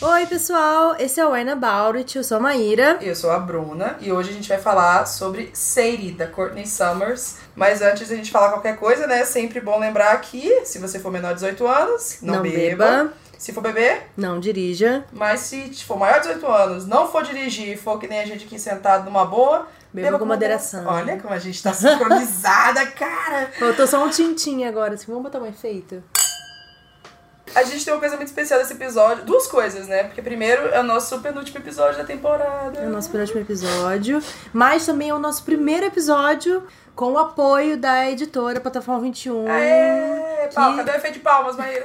Oi, pessoal, esse é o When About It, eu sou a Maíra. Eu sou a Bruna e hoje a gente vai falar sobre Sadie, da Courtney Summers. Mas antes de a gente falar qualquer coisa, né, é sempre bom lembrar que se você for menor de 18 anos, não beba. Se for beber, não dirija. Mas se for maior de 18 anos, não for dirigir, for que nem a gente aqui sentado numa boa, beba com moderação. Olha como a gente tá sincronizada, cara! Faltou só um tintim agora, assim, vamos botar um efeito? A gente tem uma coisa muito especial desse episódio. Duas coisas, né? Porque primeiro é o nosso penúltimo episódio da temporada. É o nosso penúltimo episódio. Mas também é o nosso primeiro episódio com o apoio da editora Plataforma 21. Cadê o efeito de palmas, Maíra?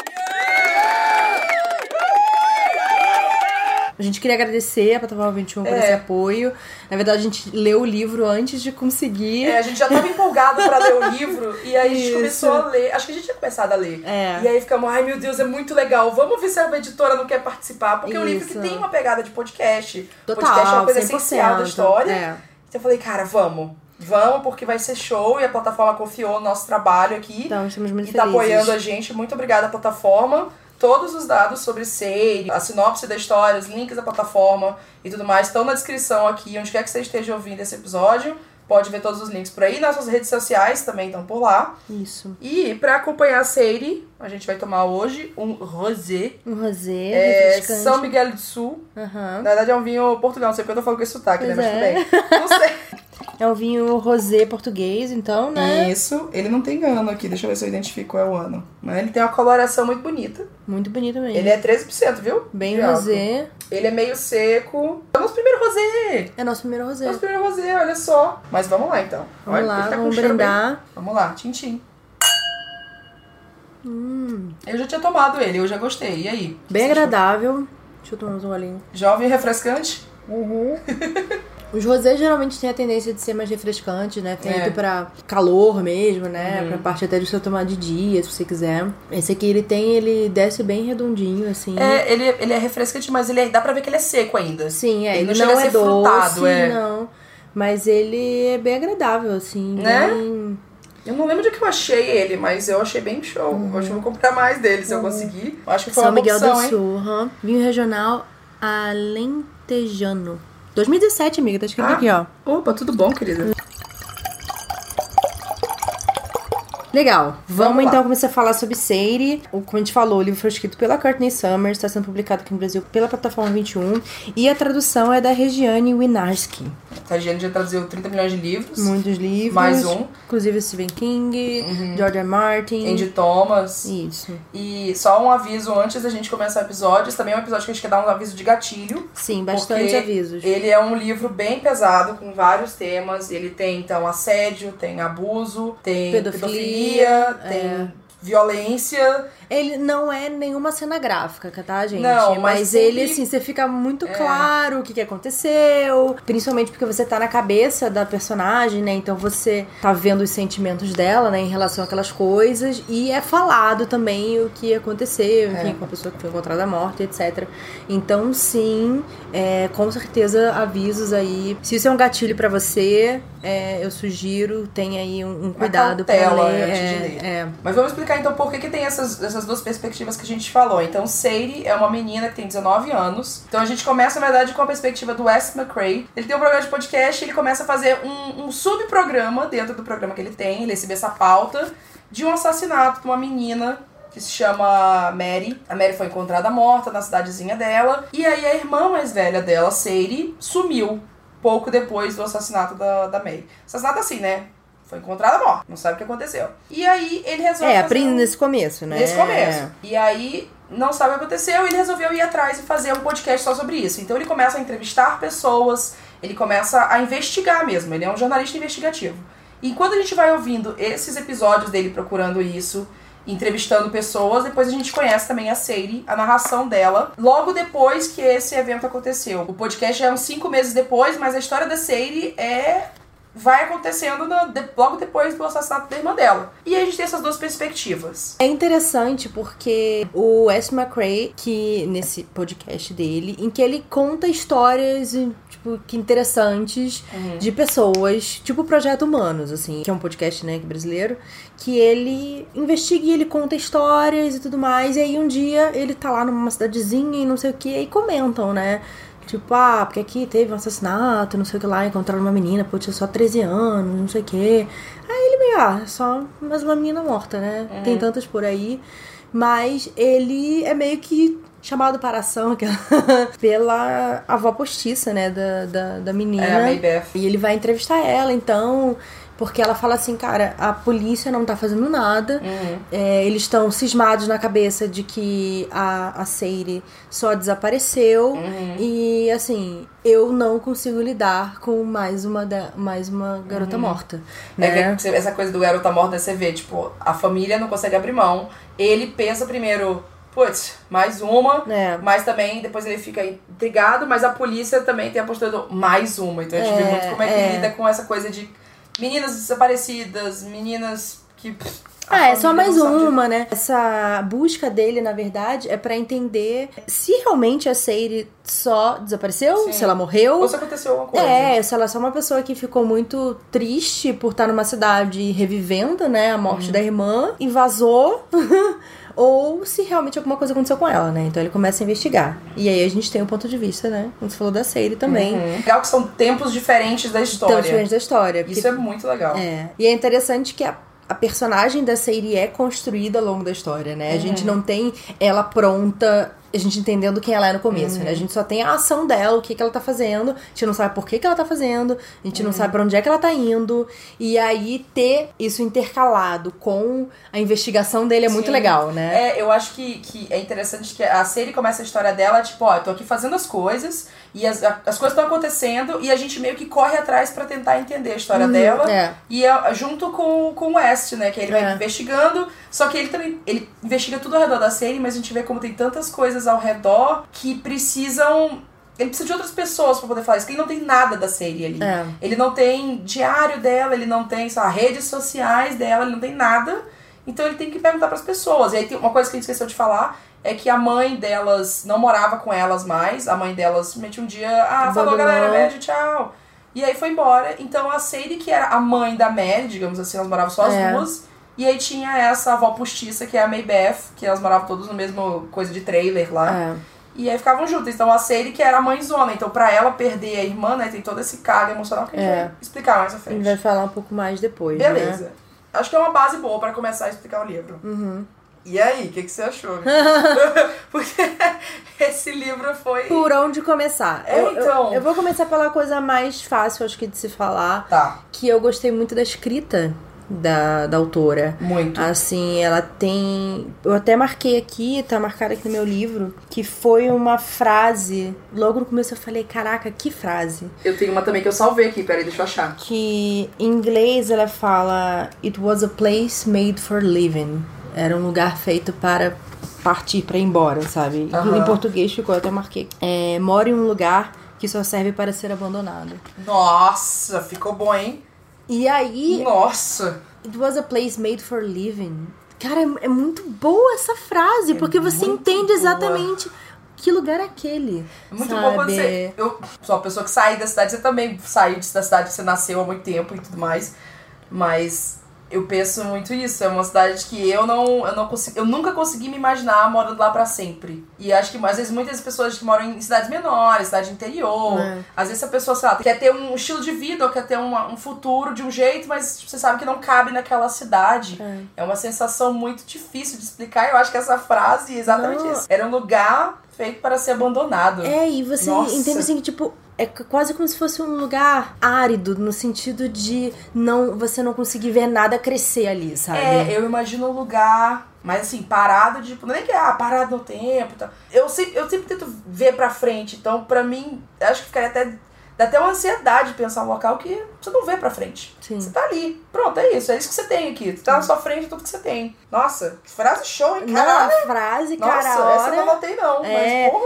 A gente queria agradecer a Plataforma 21 por esse apoio. Na verdade, a gente leu o livro antes de conseguir. A gente já tava empolgado pra ler o livro. E aí a gente começou a ler. Acho que a gente tinha começado a ler. E aí ficamos, ai meu Deus, é muito legal. Vamos ver se a editora não quer participar. Porque é um livro que tem uma pegada de podcast. Total, podcast é uma coisa 100%. essencial da história. Então eu falei, cara, vamos, porque vai ser show. E a plataforma confiou no nosso trabalho aqui. Então, estamos muito felizes. E tá apoiando a gente. Muito obrigada, plataforma. Todos os dados sobre Sadie, a sinopse da história, os links da plataforma e tudo mais estão na descrição aqui, onde quer que você esteja ouvindo esse episódio. Pode ver todos os links por aí. Nossas redes sociais também estão por lá. Isso. E pra acompanhar a Sadie, a gente vai tomar hoje um rosé. Um rosé refrescante. São Miguel do Sul. Na verdade é um vinho português, não sei porque eu tô falando com esse sotaque, né? Mas tudo bem. Não sei. É um vinho rosé português, então, né? Isso. Ele não tem ano aqui. Deixa eu ver se eu identifico qual é o ano. Mas ele tem uma coloração muito bonita. Muito bonito mesmo. Ele é 13%, viu? Bem rosé. Ele é meio seco. É o nosso primeiro rosé. É nosso primeiro rosé. Nosso primeiro rosé, olha só. Mas vamos lá, então. Vamos lá, vamos brindar. Bem. Vamos lá, tchim-tchim. Eu já tinha tomado ele, eu já gostei. E aí? Bem agradável. Deixa eu tomar um golinho. Jovem e refrescante? Os rosés geralmente têm a tendência de ser mais refrescantes, né? Feito pra calor mesmo, né? Pra parte até de você tomar de dia, se você quiser. Esse aqui, ele desce bem redondinho, assim. Ele é refrescante, mas dá pra ver que ele é seco ainda. Sim, ele não é doce, frutado, não. Mas ele é bem agradável, assim. Né? Bem... Eu não lembro de que eu achei ele, mas eu achei bem show. Acho que eu vou comprar mais dele, se eu conseguir. Acho que foi São uma Miguel opção, do Sul, Vinho regional alentejano. 2017, amiga, tá escrito aqui, ó. Opa, tudo bom, querida? Legal. Vamos então começar a falar sobre Sadie. Como a gente falou, o livro foi escrito pela Courtney Summers, está sendo publicado aqui no Brasil pela Plataforma 21. E a tradução é da Regiane Winiarski. A Regiane já traduziu 30 milhões de livros. Muitos livros. Mais um. Inclusive Stephen King, George R. Martin. Andy Thomas. Isso. E só um aviso antes da gente começar o episódio. Esse também é um episódio que a gente quer dar um aviso de gatilho. Sim, bastante avisos. Ele é um livro bem pesado, com vários temas. Ele tem, então, assédio, tem abuso, tem pedofilia, tem violência. Ele não é nenhuma cena gráfica, tá, gente? Não, mas ele, assim, você fica muito claro o que aconteceu. Principalmente porque você tá na cabeça da personagem, né? Então você tá vendo os sentimentos dela, né? Em relação àquelas coisas. E é falado também o que aconteceu, enfim, com a pessoa que foi encontrada morta, etc. Então, sim, com certeza, avisos aí. Se isso é um gatilho pra você, eu sugiro, tenha aí um cuidado pra ler. Antes de ler. Mas vamos explicar, então, por que tem essas duas perspectivas que a gente falou. Então, Sadie é uma menina que tem 19 anos. Então, a gente começa, na verdade, com a perspectiva do Wes McCrae. Ele tem um programa de podcast e ele começa a fazer um subprograma dentro do programa que ele tem. Ele recebe essa pauta de um assassinato de uma menina que se chama Mary. A Mary foi encontrada morta na cidadezinha dela. E aí, a irmã mais velha dela, Sadie, sumiu pouco depois do assassinato da Mary. Assassinato assim, né? Foi encontrada morta, não sabe o que aconteceu. E aí ele resolveu aprende nesse começo, né? Nesse começo. E aí não sabe o que aconteceu e ele resolveu ir atrás e fazer um podcast só sobre isso. Então ele começa a entrevistar pessoas, ele começa a investigar mesmo, ele é um jornalista investigativo. E enquanto a gente vai ouvindo esses episódios dele procurando isso, entrevistando pessoas, depois a gente conhece também a Sadie, a narração dela, logo depois que esse evento aconteceu. O podcast já é uns 5 meses depois, mas a história da Sadie é vai acontecendo logo depois do assassinato da irmã dela. E aí a gente tem essas duas perspectivas. É interessante porque o Wes McCrae, que nesse podcast dele, em que ele conta histórias, tipo, que interessantes de pessoas, tipo Projeto Humanos, assim, que é um podcast, né, brasileiro, que ele investiga e ele conta histórias e tudo mais, e aí um dia ele tá lá numa cidadezinha e não sei o que, e comentam, né? Tipo, porque aqui teve um assassinato, não sei o que lá, encontraram uma menina, pô, tinha só 13 anos, não sei o que. Aí ele meio, é só mais uma menina morta, né? Tem tantas por aí. Mas ele é meio que chamado para ação pela avó postiça, né, da menina. É, a Maybeth. E ele vai entrevistar ela, então... Porque ela fala assim, cara, a polícia não tá fazendo nada. Eles estão cismados na cabeça de que a Sadie só desapareceu. E, assim, eu não consigo lidar com mais uma garota morta. Né? Que essa coisa do garota morta, você vê, tipo, a família não consegue abrir mão. Ele pensa primeiro... Putz, mais uma, mas também depois ele fica intrigado, mas a polícia também tem a postura do mais uma. Então a gente vê muito como é que lida com essa coisa de meninas desaparecidas, meninas que... É só mais uma, né? Essa busca dele, na verdade, é pra entender se realmente a Sadie só desapareceu, se ela morreu. Ou se aconteceu alguma coisa. Se ela é só uma pessoa que ficou muito triste por estar numa cidade revivendo, né, a morte da irmã, e vazou... ou se realmente alguma coisa aconteceu com ela, né? Então ele começa a investigar. E aí a gente tem um ponto de vista, né? Como você falou da Sadie também. Legal que são tempos diferentes da história. Tempos diferentes da história. Porque... Isso é muito legal. E é interessante que a personagem da Sadie é construída ao longo da história, né? A gente não tem ela pronta... A gente entendendo quem ela é no começo, né? A gente só tem a ação dela, o que ela tá fazendo. A gente não sabe por que ela tá fazendo. A gente não sabe pra onde é que ela tá indo. E aí, ter isso intercalado com a investigação dele é muito legal, né? Eu acho que é interessante que a série começa a história dela, tipo, eu tô aqui fazendo as coisas. E as coisas estão acontecendo. E a gente meio que corre atrás pra tentar entender a história dela. E junto com o West, né? Que ele vai investigando. Só que ele também... Ele investiga tudo ao redor da série, mas a gente vê como tem tantas coisas ao redor que precisam... Ele precisa de outras pessoas pra poder falar isso, porque ele não tem nada da série ali. Ele não tem diário dela, ele não tem, sei lá, redes sociais dela, ele não tem nada. Então ele tem que perguntar pras pessoas. E aí tem uma coisa que a gente esqueceu de falar, é que a mãe delas não morava com elas mais. A mãe delas simplesmente um dia, falou, galera, beijo, tchau. E aí foi embora. Então a Sadie, que era a mãe da Mary, digamos assim, elas moravam só as duas. E aí tinha essa avó postiça, que é a Maybeth, que elas moravam todas no mesmo coisa de trailer lá. E aí ficavam juntas. Então a Sadie, que era a mãezona. Então pra ela perder a irmã, né, tem todo esse cargo emocional que a gente vai explicar mais à frente. A gente vai falar um pouco mais depois, Beleza. Né? Acho que é uma base boa pra começar a explicar o livro. E aí, o que você achou? Porque esse livro foi... Por onde começar? Então... Eu vou começar pela coisa mais fácil, acho que, de se falar. Que eu gostei muito da escrita da autora. Muito. Assim, ela tem... Eu até marquei aqui, tá marcado aqui no meu livro, que foi uma frase... Logo no começo eu falei, caraca, que frase. Eu tenho uma também que eu salvei aqui, peraí, deixa eu achar. Que em inglês ela fala... It was a place made for living. Era um lugar feito para partir, para ir embora, sabe? Em português ficou, eu até marquei. Mora em um lugar que só serve para ser abandonado. Nossa, ficou bom, hein? E aí... Nossa! It was a place made for living. Cara, é muito boa essa frase, porque você entende exatamente que lugar é aquele. É muito bom quando você... Eu sou uma pessoa que sai da cidade, você também saiu da cidade, você nasceu há muito tempo e tudo mais. Mas... Eu penso muito isso, é uma cidade que eu nunca consegui me imaginar morando lá pra sempre. E acho que às vezes muitas pessoas que moram em cidades menores, cidade interior, às vezes a pessoa, sei lá, quer ter um estilo de vida ou quer ter um futuro de um jeito, mas você sabe que não cabe naquela cidade. É uma sensação muito difícil de explicar. Eu acho que essa frase é exatamente isso. Era um lugar feito para ser abandonado. E você entende assim que, tipo... É quase como se fosse um lugar árido, no sentido de você não conseguir ver nada crescer ali, sabe? Eu imagino um lugar, mas assim, parado, tipo, não é que parado no tempo e tal. Eu sempre tento ver pra frente, então pra mim, acho que ficaria dá até uma ansiedade pensar um local que você não vê pra frente. Sim. Você tá ali. Pronto, é isso que você tem aqui. Tu tá na sua frente, tudo que você tem. Nossa, que frase show, hein, cara? Não, frase, cara. Nossa, essa eu não anotei não, mas porra.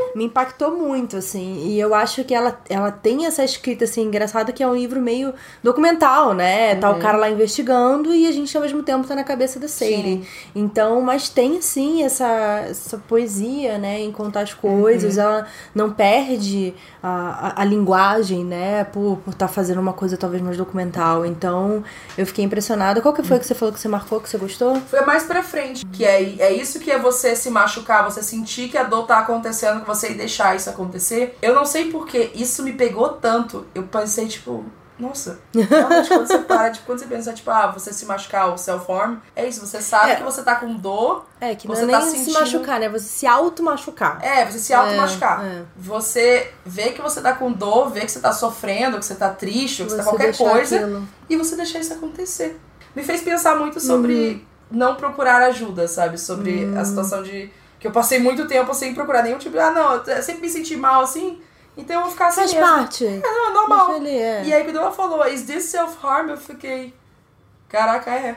me impactou muito, assim. E eu acho que ela tem essa escrita, assim, engraçada, que é um livro meio documental, né? Tá o cara lá investigando e a gente, ao mesmo tempo, tá na cabeça da Sadie. Então, mas tem, assim, essa poesia, né? Em contar as coisas. Ela não perde a linguagem, né? Por tá fazendo uma coisa, talvez, mais documental. Então, eu fiquei impressionada. Qual que foi que você falou que você marcou, que você gostou? Foi mais pra frente. Que é isso que é você se machucar, você sentir que a dor tá acontecendo com você e deixar isso acontecer. Eu não sei porque isso me pegou tanto. Eu pensei, tipo, nossa, realmente quando você para, quando você pensa, tipo, você se machucar, o self-harm, é isso, você sabe que você tá com dor. Que você não é tá nem sentindo... se machucar, né? Você se auto-machucar. Você se auto-machucar. Você vê que você tá com dor, vê que você tá sofrendo, que você tá triste, que você tá qualquer coisa. Aquilo. E você deixar isso acontecer. Me fez pensar muito sobre não procurar ajuda, sabe? Sobre a situação de... Que eu passei muito tempo sem procurar nenhum tipo de... eu sempre me senti mal, assim... Então eu vou ficar assim mesmo. Faz parte. Não, é normal. E aí quando ela falou, is this self-harm? Eu fiquei... Caraca, é.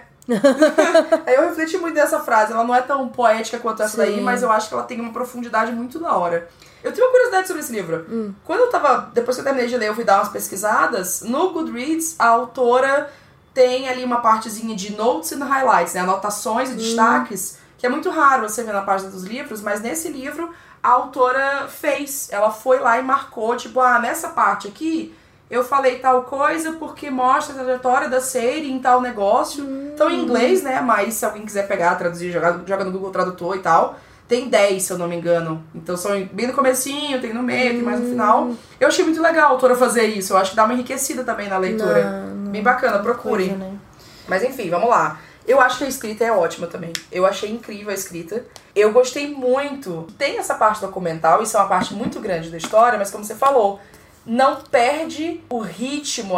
Aí eu refleti muito nessa frase. Ela não é tão poética quanto essa daí, mas eu acho que ela tem uma profundidade muito da hora. Eu tenho uma curiosidade sobre esse livro. Quando eu tava... Depois que eu terminei de ler, eu fui dar umas pesquisadas. No Goodreads, a autora tem ali uma partezinha de notes and highlights, né? Anotações e destaques, que é muito raro você ver na página dos livros, mas nesse livro a autora fez. Ela foi lá e marcou, tipo, nessa parte aqui eu falei tal coisa porque mostra a trajetória da Sadie em tal negócio. Então em inglês, né? Mas se alguém quiser pegar, traduzir, joga no Google Tradutor e tal. Tem 10, se eu não me engano. Então são bem no comecinho, tem no meio, tem mais no final. Eu achei muito legal a autora fazer isso. Eu acho que dá uma enriquecida também na leitura. Bem bacana, procurem. Coisa, né? Mas enfim, vamos lá. Eu acho que a escrita é ótima também. Eu achei incrível a escrita. Eu gostei muito. Tem essa parte documental, isso é uma parte muito grande da história, mas como você falou, não perde o ritmo,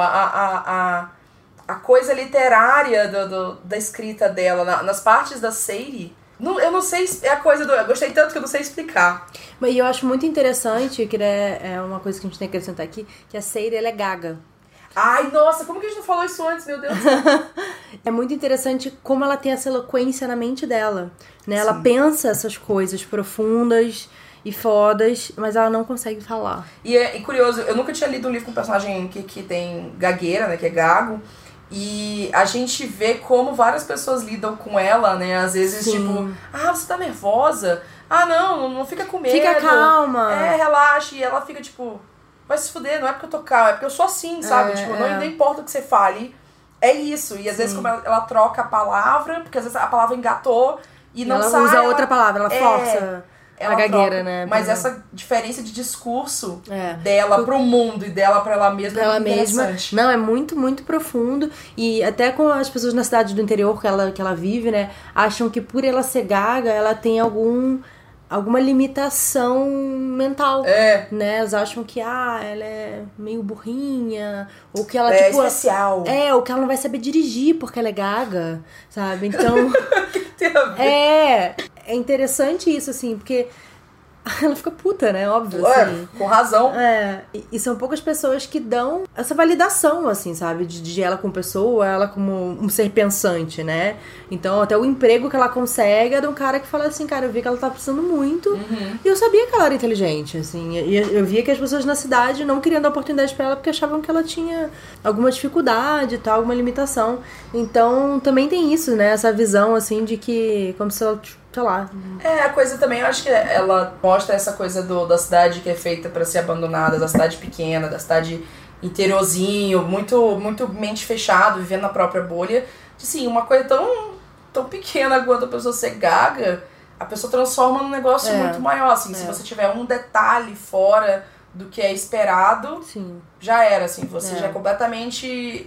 a coisa literária da escrita dela. Nas partes da Sadie, eu não sei, é a coisa eu gostei tanto que eu não sei explicar. E eu acho muito interessante, que é uma coisa que a gente tem que acrescentar aqui, que a Sadie, ela é gaga. Ai, nossa, como que a gente não falou isso antes, meu Deus? É muito interessante como ela tem essa eloquência na mente dela, né? Ela pensa essas coisas profundas e fodas, mas ela não consegue falar. E é curioso, eu nunca tinha lido um livro com um personagem que tem gagueira, né? Que é gago. E a gente vê como várias pessoas lidam com ela, né? Às vezes, tipo, você tá nervosa? Não fica com medo. Fica calma. Relaxa. E ela fica, tipo... Vai se fuder, não é porque eu tô calma, é porque eu sou assim, sabe? Não importa o que você fale, é isso. E às vezes como ela troca a palavra, porque às vezes a palavra engatou e não sai. Ela usa outra palavra, ela força a gagueira, troca, né? Mas essa diferença de discurso dela pro mundo e dela pra ela mesma é muito interessante. Não, é muito, muito profundo. E até com as pessoas na cidade do interior que ela vive, né? Acham que por ela ser gaga, ela tem alguma limitação mental, né? Elas acham que, ela é meio burrinha, ou que ela, é especial. Ou que ela não vai saber dirigir porque ela é gaga, sabe? Então... que tem a ver? É interessante isso, assim, porque ela fica puta, né? Óbvio, assim. Com razão. E são poucas pessoas que dão essa validação, assim, sabe? De ela como pessoa, ela como um ser pensante, né? Então, até o emprego que ela consegue é de um cara que fala assim, cara, eu vi que ela tá precisando muito. E eu sabia que ela era inteligente, assim. E eu via que as pessoas na cidade não queriam dar oportunidade pra ela porque achavam que ela tinha alguma dificuldade e tal, alguma limitação. Então, também tem isso, né? Essa visão, assim, de que como se ela... sei lá. A coisa também, eu acho que ela mostra essa coisa da cidade que é feita pra ser abandonada, da cidade pequena, da cidade interiorzinho, muito, muito mente fechada, vivendo na própria bolha. Assim, uma coisa tão pequena quanto a pessoa ser gaga, a pessoa transforma num negócio muito maior, assim. Se você tiver um detalhe fora do que é esperado, já era, assim. Você já é completamente...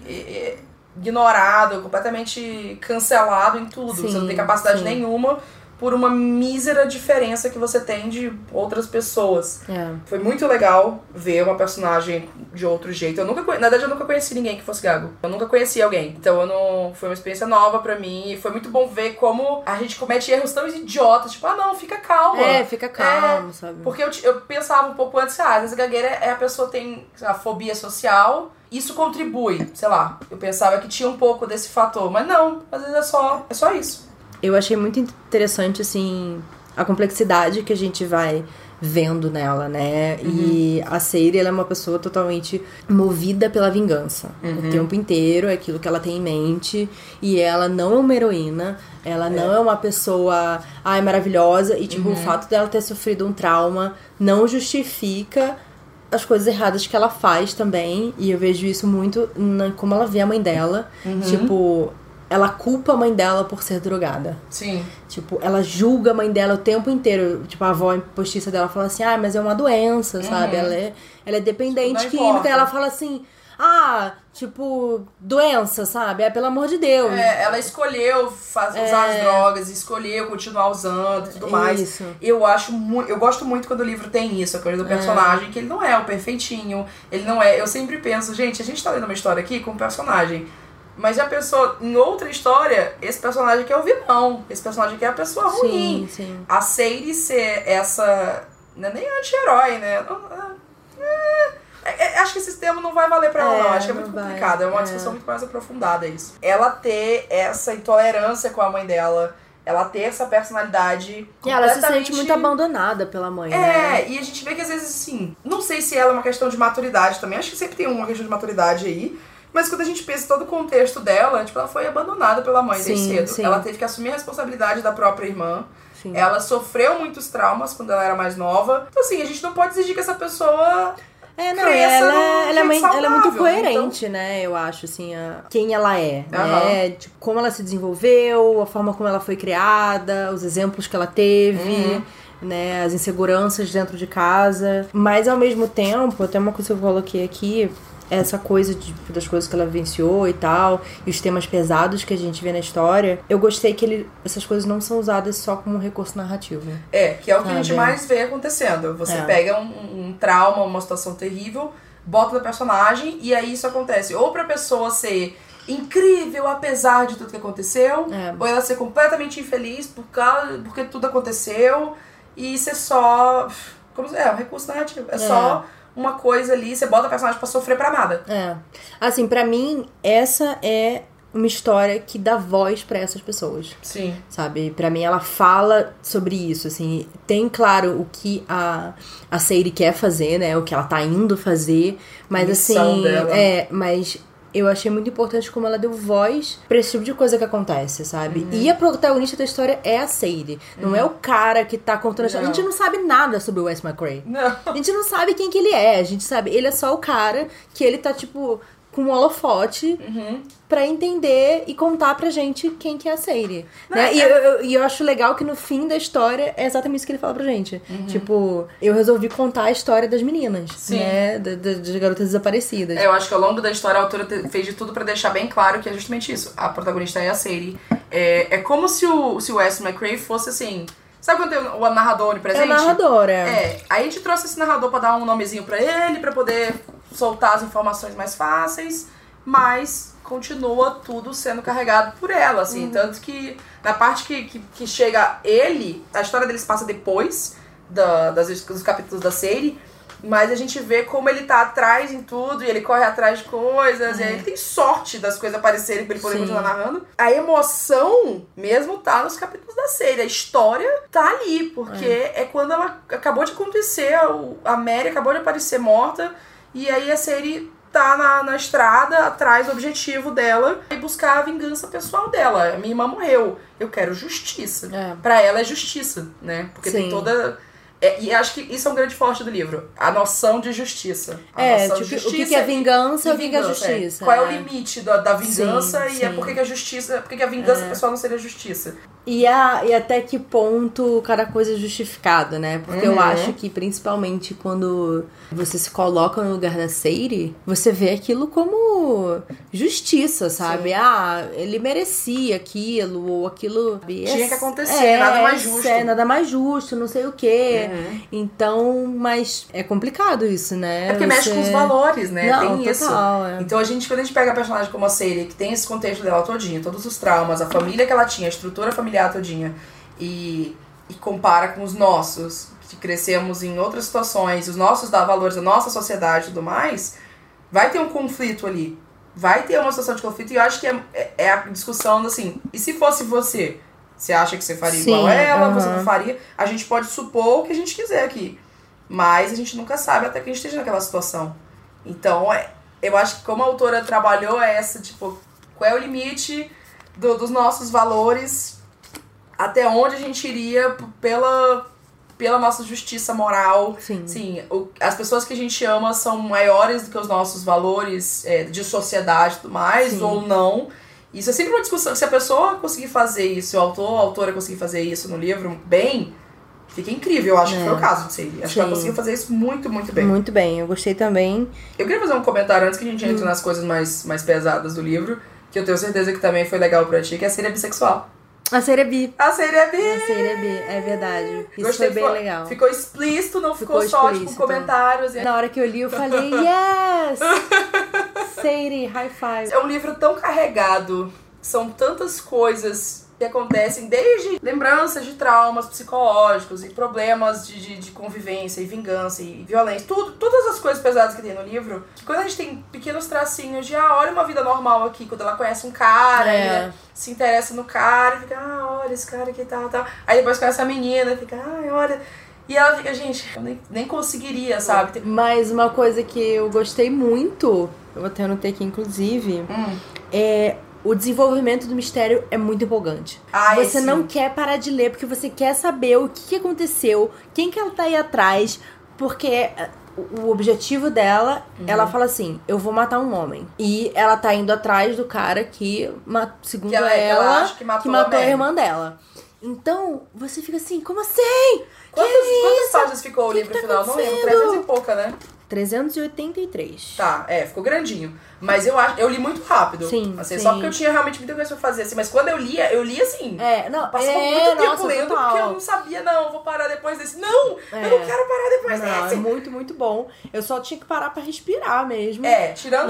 ignorado, completamente cancelado em tudo. Você não tem capacidade nenhuma por uma mísera diferença que você tem de outras pessoas. Foi muito legal ver uma personagem de outro jeito. Na verdade, eu nunca conheci ninguém que fosse gago. Eu nunca conheci alguém. Então, foi uma experiência nova pra mim. E foi muito bom ver como a gente comete erros tão idiotas. Tipo, fica calma. Fica calma, sabe? Porque eu pensava um pouco antes, às vezes a gagueira a pessoa tem a fobia social. Isso contribui, sei lá. Eu pensava que tinha um pouco desse fator. Mas não, às vezes é só isso. Eu achei muito interessante, assim, a complexidade que a gente vai vendo nela, né? E a Sadie, ela é uma pessoa totalmente movida pela vingança. O tempo inteiro é aquilo que ela tem em mente. E ela não é uma heroína. Ela não é uma pessoa, maravilhosa. E, tipo, o fato dela ter sofrido um trauma não justifica as coisas erradas que ela faz também. E eu vejo isso muito como ela vê a mãe dela. Tipo, ela culpa a mãe dela por ser drogada. Sim. Tipo, ela julga a mãe dela o tempo inteiro. Tipo, a avó postiça dela fala assim, mas é uma doença, sabe? Ela é dependente Não química. importa. E ela fala assim, tipo, doença, sabe? Pelo amor de Deus. Ela escolheu usar as drogas, escolheu continuar usando e tudo mais. Isso. Eu gosto muito quando o livro tem isso, a coisa do personagem, que ele não é o perfeitinho, ele não é... Eu sempre penso, gente, a gente tá lendo uma história aqui com um personagem, mas já pensou, em outra história, esse personagem aqui é o vilão, esse personagem aqui é a pessoa ruim. Sim. A Sadie ser essa... Não é nem anti-herói, né? Acho que esse termo não vai valer pra ela, não. Acho que é muito complicado. É uma discussão muito mais aprofundada isso. Ela ter essa intolerância com a mãe dela, ela ter essa personalidade E ela se sente muito abandonada pela mãe, né? E a gente vê que às vezes, assim, não sei se ela é uma questão de maturidade também. Acho que sempre tem uma questão de maturidade aí. Mas quando a gente pensa em todo o contexto dela, tipo, ela foi abandonada pela mãe desde cedo. Sim. Ela teve que assumir a responsabilidade da própria irmã. Sim. Ela sofreu muitos traumas quando ela era mais nova. Então, assim, a gente não pode exigir que essa pessoa... Ela é muito coerente, né? Eu acho, assim, quem ela é, né? Tipo, como ela se desenvolveu, a forma como ela foi criada, os exemplos que ela teve, né? As inseguranças dentro de casa. Mas, ao mesmo tempo, até uma coisa que eu coloquei aqui, essa coisa das coisas que ela vivenciou e tal, e os temas pesados que a gente vê na história, eu gostei que essas coisas não são usadas só como um recurso narrativo. Que é o que a gente mais vê acontecendo. Você pega um trauma, uma situação terrível, bota no personagem, e aí isso acontece. Ou pra pessoa ser incrível apesar de tudo que aconteceu, ou ela ser completamente infeliz porque tudo aconteceu, e ser só... um recurso narrativo. É só... uma coisa ali, você bota a personagem pra sofrer pra nada. Assim, pra mim, essa é uma história que dá voz pra essas pessoas. Sim. Sabe? Pra mim, ela fala sobre isso, assim. Tem, claro, o que a Sadie quer fazer, né? O que ela tá indo fazer. Mas, assim... dela. Mas... eu achei muito importante como ela deu voz pra esse tipo de coisa que acontece, sabe? E a protagonista da história é a Sadie. Não é o cara que tá contando a história. A gente não sabe nada sobre o Wes McCrae. Não. A gente não sabe quem que ele é. A gente sabe... ele é só o cara que ele tá, tipo... com um holofote pra entender e contar pra gente quem que é a Sadie. Né? E eu acho legal que no fim da história é exatamente isso que ele fala pra gente. Tipo, eu resolvi contar a história das meninas, né? Das garotas desaparecidas. Eu acho que ao longo da história a autora fez de tudo pra deixar bem claro que é justamente isso. A protagonista é a Sadie. É como se o Wes McCrae fosse assim... Sabe quando tem o narrador onipresente? É o narrador, Aí a gente trouxe esse narrador pra dar um nomezinho pra ele, pra poder soltar as informações mais fáceis, mas continua tudo sendo carregado por ela, assim. Tanto que na parte que chega ele, a história dele se passa depois dos capítulos da série, mas a gente vê como ele tá atrás em tudo, e ele corre atrás de coisas, e aí ele tem sorte das coisas aparecerem pra ele poder continuar narrando. A emoção mesmo tá nos capítulos da série, a história tá ali, porque é quando ela acabou de acontecer, a Mary acabou de aparecer morta, e aí a série tá na estrada, atrás do objetivo dela, e buscar a vingança pessoal dela. A minha irmã morreu, eu quero justiça. Pra ela é justiça, né? Porque tem toda... e acho que isso é um grande forte do livro. A noção de justiça. Noção de justiça, o que é vingança e o que é justiça. Qual é o limite da vingança e por que a justiça... Por que a vingança pessoal não seria justiça. E até que ponto cada coisa é justificada, né? Porque eu acho que, principalmente, quando você se coloca no lugar da Sadie, você vê aquilo como justiça, sabe? Ele merecia aquilo, ou aquilo... tinha que acontecer, nada mais justo. Nada mais justo, não sei o quê. Então, mas é complicado isso, né? É porque mexe com os valores, né? Não, tem total, isso. Então, quando a gente pega a personagem como a Sadie, que tem esse contexto dela todinho, todos os traumas, a família que ela tinha, a estrutura familiar todinha, e compara com os nossos, que crescemos em outras situações, os nossos valores da nossa sociedade e tudo mais, vai ter um conflito ali. Vai ter uma situação de conflito, e eu acho que é a discussão assim, e se fosse você? Você acha que você faria igual ela? Você não faria? A gente pode supor o que a gente quiser aqui. Mas a gente nunca sabe até que a gente esteja naquela situação. Então, eu acho que como a autora trabalhou essa, tipo, qual é o limite dos nossos valores, até onde a gente iria pela nossa justiça moral. Sim. As pessoas que a gente ama são maiores do que os nossos valores de sociedade e tudo mais, Sim. ou não. Isso é sempre uma discussão. Se a pessoa conseguir fazer isso, se o autor ou a autora conseguir fazer isso no livro bem, fica incrível. Eu acho que foi o caso de Sadie. Acho que ela conseguiu fazer isso muito, muito bem. Muito bem, eu gostei também. Eu queria fazer um comentário antes que a gente entre nas coisas mais pesadas do livro, que eu tenho certeza que também foi legal pra ti, que é a Sadie é bissexual. A Sadie é bi. A Sadie é bi! A Sadie é bi, é verdade. Isso Gostei, foi bem legal. Ficou explícito, não ficou só, tipo, comentários. Na hora que eu li, eu falei, yes! Sadie, high five. É um livro tão carregado, são tantas coisas que acontecem, desde lembranças de traumas psicológicos e problemas de convivência e vingança e violência, todas as coisas pesadas que tem no livro, que quando a gente tem pequenos tracinhos de, olha uma vida normal aqui, quando ela conhece um cara, né, se interessa no cara, fica, olha esse cara aqui, tal. Aí depois conhece a menina, fica, olha... E ela fica, gente, eu nem conseguiria, sabe? Mas uma coisa que eu gostei muito, eu até anotei aqui, inclusive, o desenvolvimento do mistério é muito empolgante. Você não quer parar de ler, porque você quer saber o que aconteceu, quem que ela tá aí atrás, porque o objetivo dela, ela fala assim, eu vou matar um homem. E ela tá indo atrás do cara que, segundo ela acha que matou a irmã dela. Então, você fica assim, como assim? Quantas páginas ficou o livro no final? Não lembro, 300 e pouca, né? 383. Tá, ficou grandinho. Mas eu li muito rápido. Sim, assim, só porque eu tinha realmente muita coisa pra fazer, assim. Mas quando eu li assim. Passou muito tempo lendo, total. porque eu não sabia, vou parar depois desse. Não, eu não quero parar depois desse. É muito, muito bom. Eu só tinha que parar pra respirar mesmo. Tirando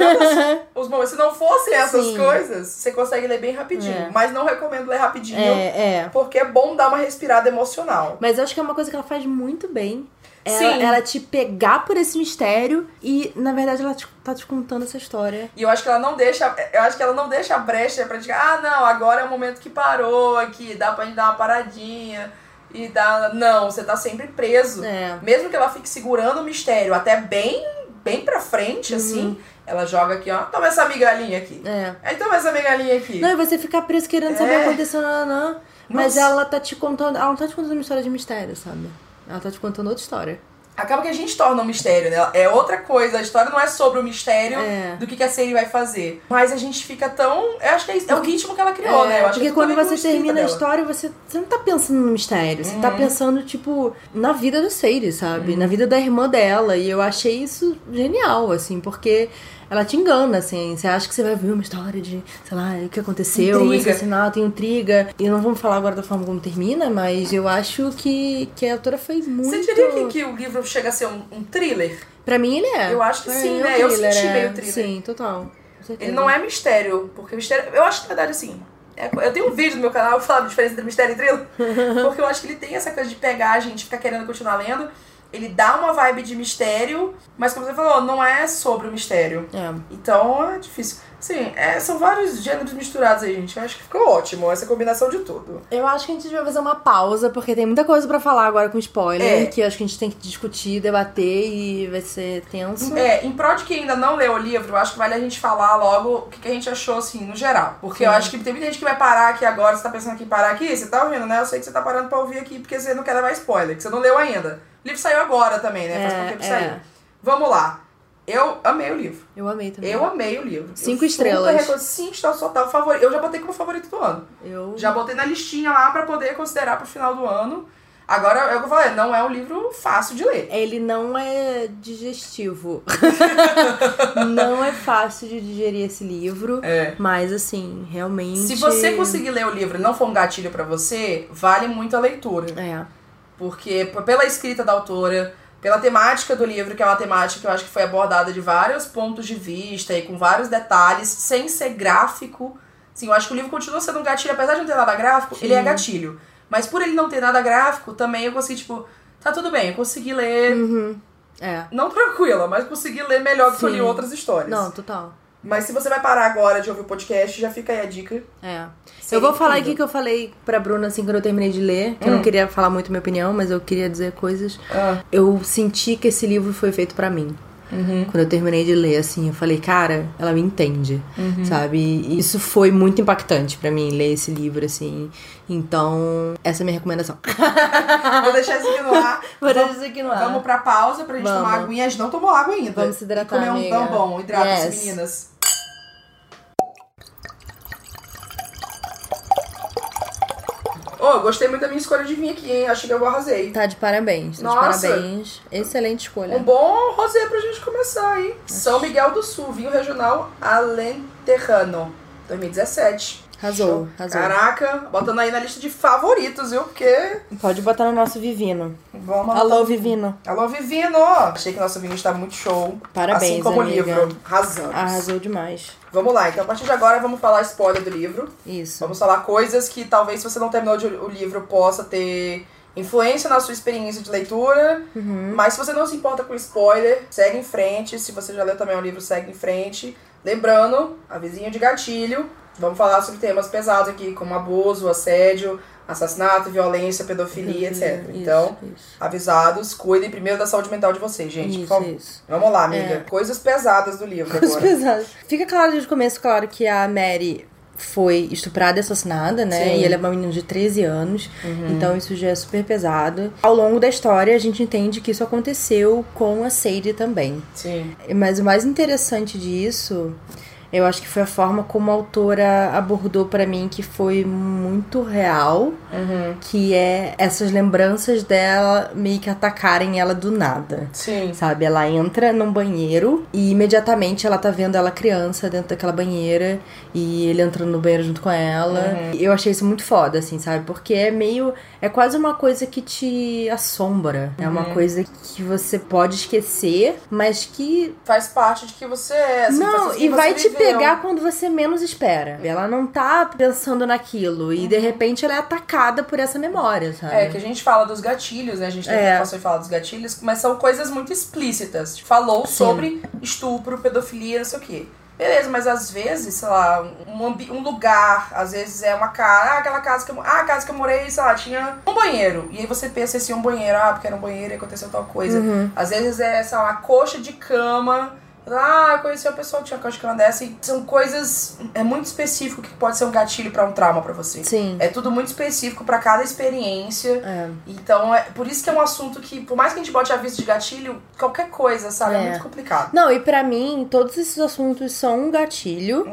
os momentos. Se não fossem essas coisas, você consegue ler bem rapidinho. Mas não recomendo ler rapidinho. Porque é bom dar uma respirada emocional. Mas eu acho que é uma coisa que ela faz muito bem. Ela te pegar por esse mistério e, na verdade, ela tá te contando essa história. E eu acho que ela não deixa. Eu acho que ela não deixa a brecha pra dizer, não, agora é o momento que parou aqui, dá pra gente dar uma paradinha. E dá. Não, você tá sempre preso. Mesmo que ela fique segurando o mistério até bem pra frente, assim, ela joga aqui, toma essa migalhinha aqui. Aí toma essa migalhinha aqui. Não, e você fica preso querendo saber o que aconteceu, não. Mas ela tá te contando. Ela não tá te contando uma história de mistério, sabe? Ela tá te contando outra história. Acaba que a gente torna um mistério, né? É outra coisa. A história não é sobre o mistério do que a Sadie vai fazer. Mas a gente fica tão... Eu acho que é o ritmo que ela criou, né? Eu acho porque que quando você termina a história, você não tá pensando no mistério. Você tá pensando, tipo, na vida da Sadie, sabe? Na vida da irmã dela. E eu achei isso genial, assim, porque... Ela te engana, assim. Você acha que você vai ver uma história de, sei lá, o que aconteceu, esse assassinato, intriga. E não vamos falar agora da forma como termina, mas eu acho que a autora fez muito... Você diria que o livro chega a ser um thriller? Pra mim ele é. Eu acho que sim, né? Eu senti meio thriller. Sim, total. Ele não é mistério, porque mistério... Eu acho que, na verdade, assim... Eu tenho um vídeo no meu canal falando a diferença entre mistério e thriller. Porque eu acho que ele tem essa coisa de pegar a gente, ficar querendo continuar lendo... Ele dá uma vibe de mistério, mas como você falou, não é sobre o mistério. Então é difícil. Sim, são vários gêneros misturados aí, gente. Eu acho que ficou ótimo essa combinação de tudo. Eu acho que a gente vai fazer uma pausa, porque tem muita coisa pra falar agora com spoiler, que eu acho que a gente tem que discutir, debater e vai ser tenso. Em prol de quem ainda não leu o livro, eu acho que vale a gente falar logo o que a gente achou, assim, no geral. Porque eu acho que tem muita gente que vai parar aqui agora, você tá pensando que parar aqui, você tá ouvindo, né? Eu sei que você tá parando pra ouvir aqui porque você não quer levar spoiler, que você não leu ainda. O livro saiu agora também, né? Faz pouco tempo que saiu. Vamos lá. Eu amei o livro. Eu amei também. Eu amei o livro. 5 estrelas. 5 estrelas total. Favorito. Eu já botei como favorito do ano. Já botei na listinha lá pra poder considerar pro final do ano. Agora, é o que eu falei, não é um livro fácil de ler. Ele não é digestivo. Não é fácil de digerir esse livro. Mas, assim, realmente... Se você conseguir ler o livro e não for um gatilho pra você, vale muito a leitura. Porque pela escrita da autora, pela temática do livro, que é uma temática que eu acho que foi abordada de vários pontos de vista e com vários detalhes, sem ser gráfico. Assim, eu acho que o livro continua sendo um gatilho, apesar de não ter nada gráfico, ele é gatilho. Mas por ele não ter nada gráfico, também eu consegui, tipo, tá tudo bem, eu consegui ler... Não tranquila, mas consegui ler melhor do que eu li outras histórias. Não, total. Mas se você vai parar agora de ouvir o podcast, já fica aí a dica. Eu vou falar aqui que eu falei pra Bruna, assim, quando eu terminei de ler, que eu não queria falar muito minha opinião, mas eu queria dizer coisas. Eu senti que esse livro foi feito pra mim. Quando eu terminei de ler, assim, eu falei, cara, ela me entende, sabe? E isso foi muito impactante pra mim, ler esse livro, assim. Então, essa é a minha recomendação. Vou deixar isso aqui no ar. Vou deixar isso aqui no ar. Vamos pra pausa pra gente tomar aguinha. A gente não tomou água ainda. Vamos se hidratar, e comer amiga. um bom. Hidrata-se, meninas. Gostei muito da minha escolha de vinho aqui, hein? Acho que eu arrasei. Tá de parabéns. Nossa. De parabéns. Excelente escolha. Um bom rosé pra gente começar, hein? São Miguel do Sul, vinho regional Alenterrano, 2017. Arrasou. Caraca, botando aí na lista de favoritos, viu? Porque... Pode botar no nosso Vivino. Vamos Alô, Vivino. Alô, Vivino! Achei que nosso vinho está muito show. Parabéns, assim como amiga. o livro. Arrasamos. Arrasou demais. Vamos lá, então a partir de agora vamos falar spoiler do livro. Isso. Vamos falar coisas que talvez se você não terminou o livro possa ter influência na sua experiência de leitura. Mas se você não se importa com spoiler, segue em frente. Se você já leu também o livro, segue em frente. Lembrando, avisinho de gatilho. Vamos falar sobre temas pesados aqui, como abuso, assédio, assassinato, violência, pedofilia, etc. Então, avisados, cuidem primeiro da saúde mental de vocês, gente. Por favor. Vamos lá, amiga. Coisas pesadas do livro agora. Coisas pesadas. Fica claro desde o começo, claro, que a Mary foi estuprada e assassinada, né? Sim. E ela é uma menina de 13 anos. Então isso já é super pesado. Ao longo da história, a gente entende que isso aconteceu com a Sadie também. Sim. Mas o mais interessante disso... Eu acho que foi a forma como a autora abordou pra mim, que foi muito real, que é essas lembranças dela meio que atacarem ela do nada. Sim. Sabe? Ela entra num banheiro e imediatamente ela tá vendo ela criança dentro daquela banheira e ele entrando no banheiro junto com ela. Eu achei isso muito foda, assim, sabe? Porque é quase uma coisa que te assombra. É uma coisa que você pode esquecer, mas que... Faz parte de que você é, assim, Não, e vai te pegar quando você menos espera. Ela não tá pensando naquilo e de repente ela é atacada por essa memória, sabe? É, que a gente fala dos gatilhos, né? A gente passou a falar dos gatilhos, mas são coisas muito explícitas. Falou sobre estupro, pedofilia, não sei o quê. Beleza, mas às vezes, sei lá, um lugar, às vezes é uma casa, aquela casa que a casa que eu morei, sei lá, tinha um banheiro. E aí você pensa assim, um banheiro, porque era um banheiro e aconteceu tal coisa. Às vezes é, sei lá, uma coxa de cama. Eu conheci uma pessoa que tinha uma coxa de cama dessa. E são coisas, é muito específico que pode ser um gatilho pra um trauma pra você. Sim. É tudo muito específico pra cada experiência. Então, por isso que é um assunto que, por mais que a gente bote aviso de gatilho, qualquer coisa, sabe? É muito complicado. Não, e pra mim, todos esses assuntos são um gatilho,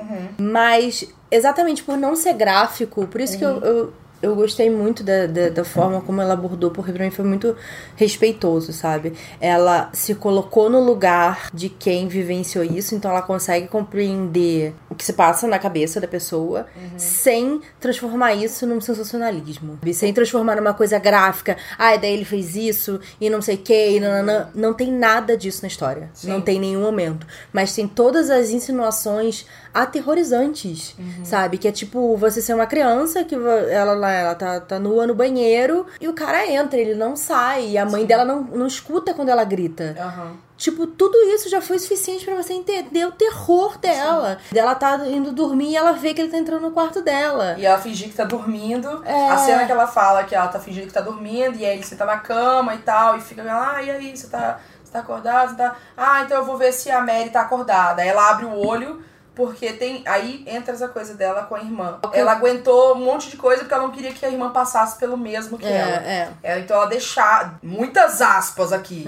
mas exatamente por não ser gráfico, por isso que eu gostei muito da forma como ela abordou, porque pra mim foi muito respeitoso, sabe? Ela se colocou no lugar de quem vivenciou isso, então ela consegue compreender o que se passa na cabeça da pessoa, sem transformar isso num sensacionalismo. Sem transformar numa coisa gráfica. Daí ele fez isso, e não sei o que, não tem nada disso na história. Sim. Não tem nenhum momento. Mas tem todas as insinuações aterrorizantes, sabe? Que é tipo, você ser uma criança, que ela tá nua no banheiro, e o cara entra, ele não sai, e a mãe dela não escuta quando ela grita. Tipo, tudo isso já foi suficiente pra você entender o terror dela. Sim. Ela tá indo dormir e ela vê que ele tá entrando no quarto dela. E ela fingir que tá dormindo. A cena que ela fala que ela tá fingindo que tá dormindo, e aí ele senta na cama e tal, e fica, e aí, você tá acordado? Você tá... então eu vou ver se a Mary tá acordada. Aí ela abre o olho, porque aí entra essa coisa dela com a irmã. Ela aguentou um monte de coisa porque ela não queria que a irmã passasse pelo mesmo que ela. Então ela deixava, muitas aspas aqui,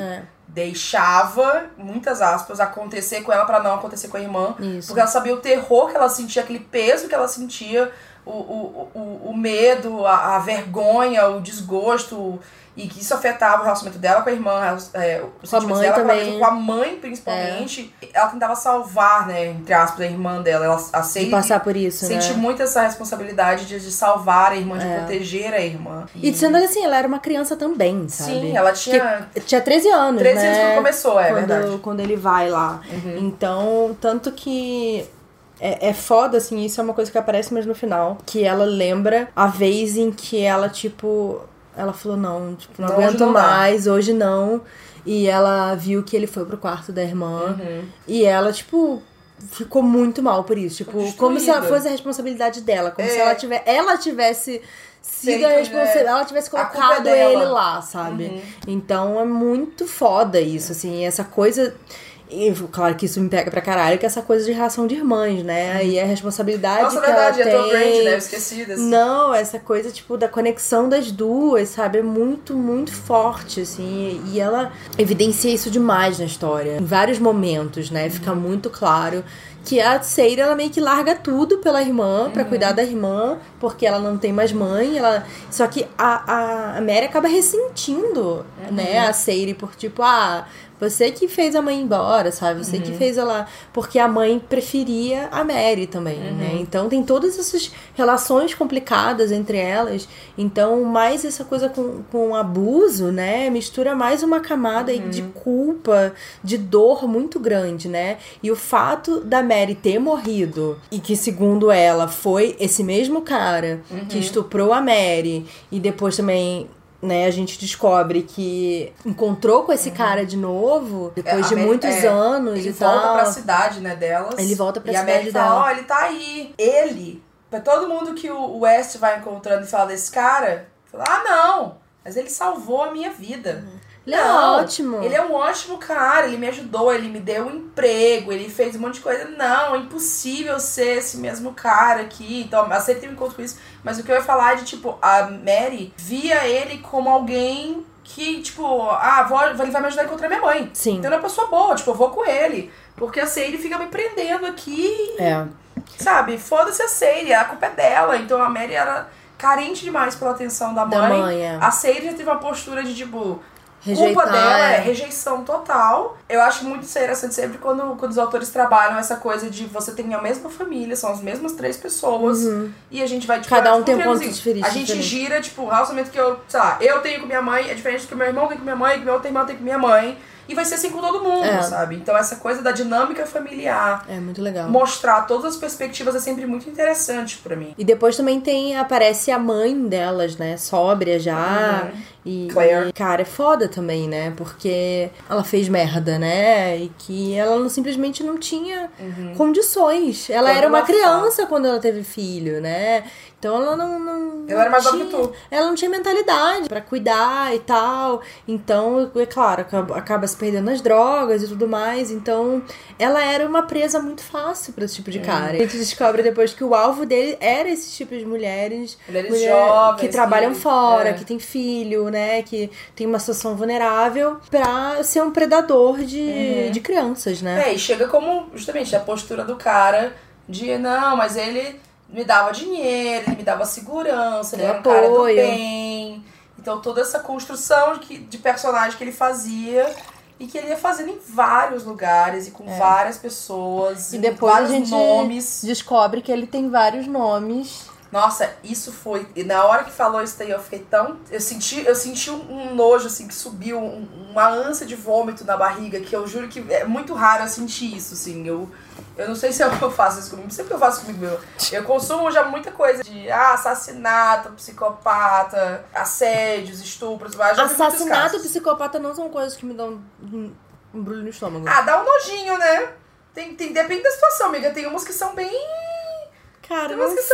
deixava, muitas aspas, acontecer com ela pra não acontecer com a irmã. Isso. Porque ela sabia o terror que ela sentia, aquele peso que ela sentia, o medo, a vergonha, o desgosto, e que isso afetava o relacionamento dela com a irmã, os sentimentos dela também. Com a mãe, principalmente. Ela tentava salvar, né, entre aspas, a irmã dela. Ela aceita, de passar por isso, sentiu muito essa responsabilidade de salvar a irmã, de proteger a irmã. E sendo assim, ela era uma criança também, sabe? Sim, ela tinha 13 anos, 13 anos quando começou, verdade. Quando ele vai lá. Então, tanto que... É foda, assim, isso é uma coisa que aparece mais no final. Que ela lembra a vez em que ela, tipo... Ela falou, não aguento mais, hoje não. E ela viu que ele foi pro quarto da irmã. E ela, tipo, ficou muito mal por isso. Tipo, como se ela fosse a responsabilidade dela. Como se ela tivesse sido a responsável. Ela tivesse colocado ele lá, sabe? Então é muito foda isso, assim. Essa coisa... E, claro que isso me pega pra caralho, que é essa coisa de relação de irmãs, né? E a responsabilidade Nossa, que verdade, ela tem... Nossa, verdade, é tão grande, né? Eu esqueci desse. Não, essa coisa, tipo, da conexão das duas, sabe? É muito, muito forte, assim. E ela evidencia isso demais na história. Em vários momentos, né? Fica muito claro que a Seira, ela meio que larga tudo pela irmã, pra cuidar da irmã, porque ela não tem mais mãe. Só que a Mary acaba ressentindo, né? A Seira por, tipo, você que fez a mãe ir embora, sabe? Você que fez ela... Porque a mãe preferia a Mary também, né? Então tem todas essas relações complicadas entre elas. Então, mais essa coisa com abuso, né? Mistura mais uma camada de culpa, de dor muito grande, né? E o fato da Mary ter morrido, e que, segundo ela, foi esse mesmo cara que estuprou a Mary, e depois também... Né, a gente descobre que encontrou com esse cara de novo, depois de muitos anos ele e tal. Ele volta pra cidade, né, delas. Ele volta pra cidade dela. E a Mary fala, ele tá aí. Pra todo mundo que o West vai encontrando e fala desse cara, fala, não, mas ele salvou a minha vida. Ele é ótimo. Ele é um ótimo cara, ele me ajudou, ele me deu um emprego, ele fez um monte de coisa. Não, é impossível ser esse mesmo cara aqui. Então, eu sempre me encontro com isso. Mas o que eu ia falar é de, tipo, a Mary via ele como alguém que, tipo, ele vai me ajudar a encontrar minha mãe. Sim. Então, ele é uma pessoa boa, tipo, eu vou com ele. Porque a Sadie fica me prendendo aqui. Sabe, foda-se a Sadie, a culpa é dela. Então, a Mary era carente demais pela atenção da mãe. A Sadie já teve uma postura de, tipo... culpa dela é rejeição total. Eu acho muito interessante sempre quando os autores trabalham essa coisa de você tem a mesma família, são as mesmas 3 pessoas, e a gente vai, tipo... Cada um tem um ponto diferente. A gente gira, tipo, o relacionamento que eu tenho com minha mãe é diferente do que meu irmão tem com minha mãe, que meu outro irmão tem com minha mãe. E vai ser assim com todo mundo, sabe? Então essa coisa da dinâmica familiar... É muito legal. Mostrar todas as perspectivas é sempre muito interessante pra mim. E depois também aparece a mãe delas, né? Sóbria já. E, Claire. Cara, é foda também, né? Porque ela fez merda, né? E que ela simplesmente não tinha condições. Ela era uma criança quando ela teve filho, né? Então ela não ela era mais nova que tu. Ela não tinha mentalidade pra cuidar e tal. Então, é claro, acaba se perdendo nas drogas e tudo mais. Então, ela era uma presa muito fácil pra esse tipo de cara. A gente descobre depois que o alvo dele era esse tipo de mulheres jovens que trabalham fora, que tem filho, né? Que tem uma situação vulnerável pra ser um predador de crianças, né? E chega como, justamente, a postura do cara de, não, mas ele me dava dinheiro, ele me dava segurança, ele era um cara do bem. Então toda essa construção de personagem que ele fazia e que ele ia fazendo em vários lugares e com várias pessoas e depois vários a gente nomes. Descobre que ele tem vários nomes. Nossa, isso foi... E na hora que falou isso daí, eu fiquei tão... Eu senti um nojo, assim, que subiu, uma ânsia de vômito na barriga, que eu juro que é muito raro eu sentir isso, assim. Eu não sei se eu faço isso comigo, sempre que eu faço comigo. Eu consumo já muita coisa de assassinato, psicopata, assédios, estupros. Assassinato e psicopata não são coisas que me dão um embrulho no estômago. Dá um nojinho, né? Depende da situação, amiga. Tem umas que são bem... Cara,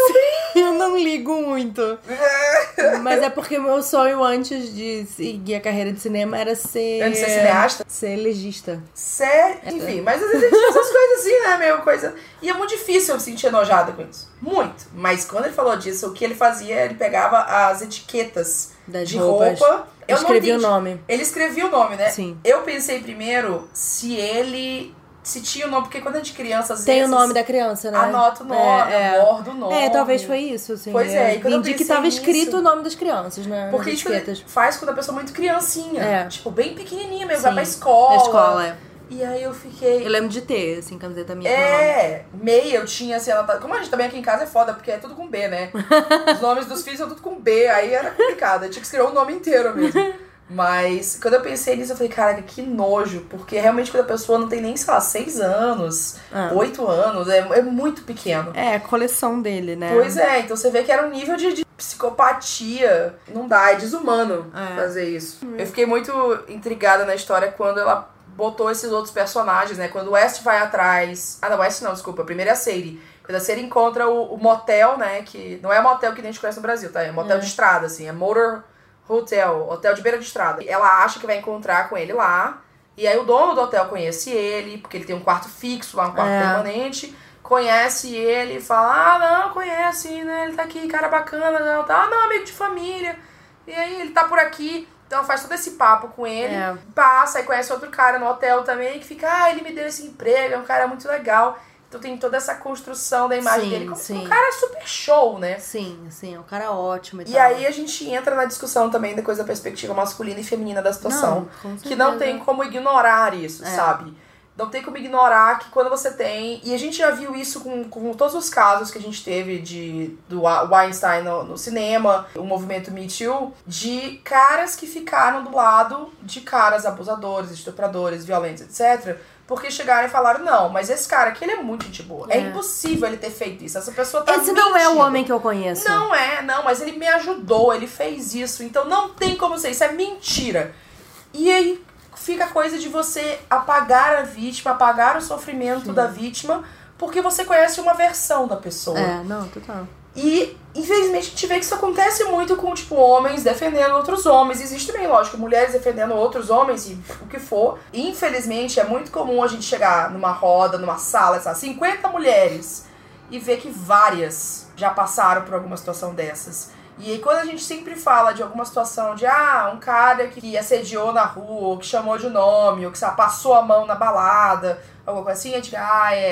eu não ligo muito. Mas é porque o meu sonho antes de seguir a carreira de cinema era ser... Antes de ser cineasta? Ser legista. Enfim, mas às vezes a gente faz essas coisas assim, né? Meio coisa... E é muito difícil eu me sentir enojada com isso. Muito. Mas quando ele falou disso, o que ele fazia, ele pegava as etiquetas de roupa. Eu escrevia o nome. Ele escrevia o nome, né? Sim. Eu pensei primeiro se tinha o nome, porque quando a gente criança, às tem vezes... o nome da criança, né? Anota o nome, aborda o nome. Talvez foi isso, assim. Pois é. Eu entendi que tava escrito o nome das crianças, né? Porque isso faz quando a pessoa é muito criancinha. Tipo, bem pequenininha mesmo, vai pra escola. Na escola, E aí eu fiquei... Eu lembro de ter, assim, camiseta minha. Meia eu tinha, assim, anotado. Como a gente também aqui em casa é foda, porque é tudo com B, né? Os nomes dos filhos são tudo com B, aí era complicado. Eu tinha que escrever o nome inteiro mesmo. Mas quando eu pensei nisso, eu falei, caraca, que nojo. Porque realmente quando a pessoa não tem nem, sei lá, 6 anos, 8 anos, é muito pequeno. É, a coleção dele, né? Pois é, então você vê que era um nível de psicopatia. Não dá, é desumano fazer isso. Eu fiquei muito intrigada na história quando ela botou esses outros personagens, né? Quando o West vai atrás... Ah, não, West não, desculpa. Primeiro é a Sadie. Quando a Sadie encontra o motel, né? Que não é motel que nem a gente conhece no Brasil, tá? É motel de estrada, assim. É motor hotel, hotel de beira de estrada. Ela acha que vai encontrar com ele lá. E aí o dono do hotel conhece ele, porque ele tem um quarto fixo lá, um quarto permanente. Conhece ele e fala, não, conhece, né? Ele tá aqui, cara bacana, não, tá? Não, amigo de família. E aí ele tá por aqui. Então faz todo esse papo com ele, passa e conhece outro cara no hotel também, que fica, ele me deu esse emprego, é um cara muito legal. Então tem toda essa construção da imagem dele como um cara super show, né? Sim, é um cara ótimo e aí a gente entra na discussão também da coisa da perspectiva masculina e feminina da situação. Que não tem como ignorar isso, sabe? Não tem como ignorar que quando você tem... E a gente já viu isso com todos os casos que a gente teve do Weinstein no cinema, o movimento Me Too, de caras que ficaram do lado de caras abusadores, estupradores, violentos, etc., porque chegaram e falaram, não, mas esse cara aqui, ele é muito gente boa. É impossível ele ter feito isso. Essa pessoa tá Esse não é o homem que eu conheço. Não, mas ele me ajudou, ele fez isso. Então não tem como ser, isso é mentira. E aí fica a coisa de você apagar a vítima, apagar o sofrimento da vítima, porque você conhece uma versão da pessoa. Total. E, infelizmente, a gente vê que isso acontece muito com, tipo, homens defendendo outros homens. Existe também, lógico, mulheres defendendo outros homens e o que for. E, infelizmente, é muito comum a gente chegar numa roda, numa sala, sabe, 50 mulheres, e ver que várias já passaram por alguma situação dessas. E aí quando a gente sempre fala de alguma situação de, um cara que assediou na rua, ou que chamou de nome, ou que passou a mão na balada, alguma coisa assim, a gente,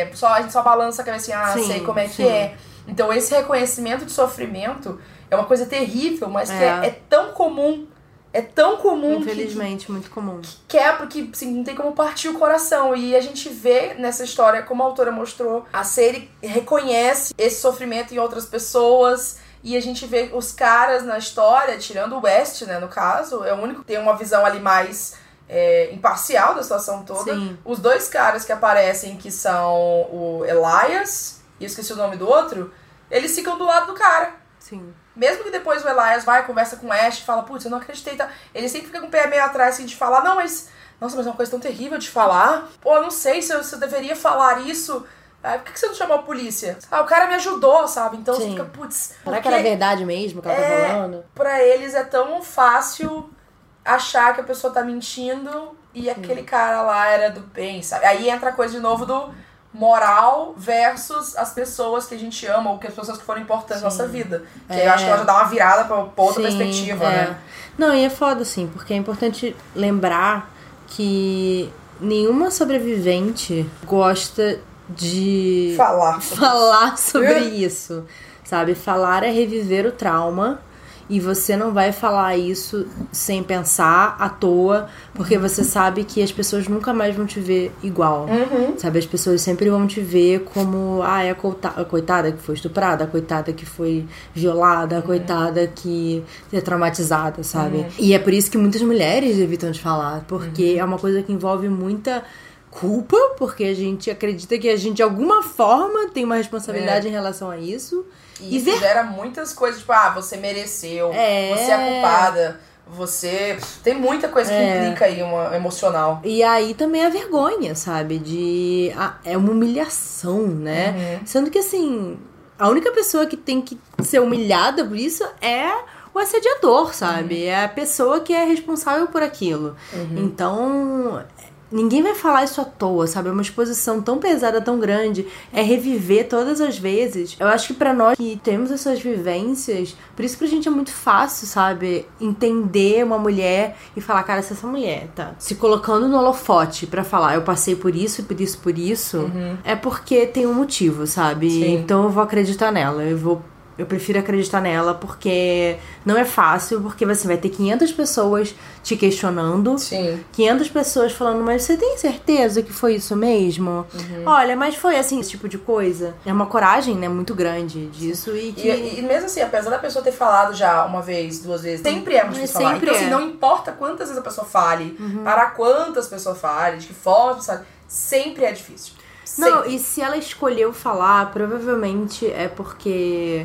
a gente só balança a cabeça assim, sei como é que é. Então esse reconhecimento de sofrimento é uma coisa terrível, mas que é tão comum. É tão comum. Infelizmente, muito comum. Porque assim, não tem como partir o coração. E a gente vê nessa história, como a autora mostrou, a Sadie reconhece esse sofrimento em outras pessoas. E a gente vê os caras na história, tirando o West, né, no caso, é o único que tem uma visão ali mais imparcial da situação toda. Os dois caras que aparecem, que são o Elias, e eu esqueci o nome do outro, eles ficam do lado do cara. Mesmo que depois o Elias vai, conversa com o Ash e fala, putz, eu não acreditei, tá? Ele sempre fica com o pé meio atrás assim, de falar, nossa, mas é uma coisa tão terrível de falar. Pô, eu não sei se eu deveria falar isso. Por que você não chamou a polícia? O cara me ajudou, sabe? Então você fica, putz... Será que era verdade mesmo que ela tá falando? Pra eles é tão fácil achar que a pessoa tá mentindo e aquele cara lá era do bem, sabe? Aí entra a coisa de novo do moral versus as pessoas que a gente ama ou que as pessoas que foram importantes na nossa vida. Que eu acho que ela já dá uma virada pra outra perspectiva, né? Não, e é foda, assim, porque é importante lembrar que nenhuma sobrevivente gosta de falar sobre isso, sabe? Falar é reviver o trauma e você não vai falar isso sem pensar à toa, porque você sabe que as pessoas nunca mais vão te ver igual, sabe? As pessoas sempre vão te ver como, é a coitada que foi estuprada, a coitada que foi violada, a coitada que é traumatizada, sabe? E é por isso que muitas mulheres evitam de falar, porque é uma coisa que envolve muita culpa, porque a gente acredita que a gente de alguma forma tem uma responsabilidade em relação a isso. E isso gera muitas coisas, tipo, você mereceu, você é culpada, você... Tem muita coisa que implica aí, uma emocional. E aí também a vergonha, sabe? É uma humilhação, né? Sendo que, assim, a única pessoa que tem que ser humilhada por isso é o assediador, sabe? É a pessoa que é responsável por aquilo. Então... Ninguém vai falar isso à toa, sabe? É uma exposição tão pesada, tão grande. É reviver todas as vezes. Eu acho que pra nós que temos essas vivências, por isso pra gente é muito fácil, sabe? Entender uma mulher e falar, cara, se essa mulher tá se colocando no holofote pra falar, eu passei por isso, por isso, por isso, é porque tem um motivo, sabe? Então eu vou acreditar nela, eu prefiro acreditar nela porque não é fácil, porque você vai ter 500 pessoas te questionando, 500 pessoas falando, mas você tem certeza que foi isso mesmo? Olha, mas foi assim, esse tipo de coisa. É uma coragem, né, muito grande disso. E mesmo assim, apesar da pessoa ter falado já uma vez, 2 vezes, sempre é muito difícil falar. Então assim, não importa quantas vezes a pessoa fale, para quantas pessoas fale, de que forma, sabe? Sempre é difícil. Não, e se ela escolheu falar, provavelmente é porque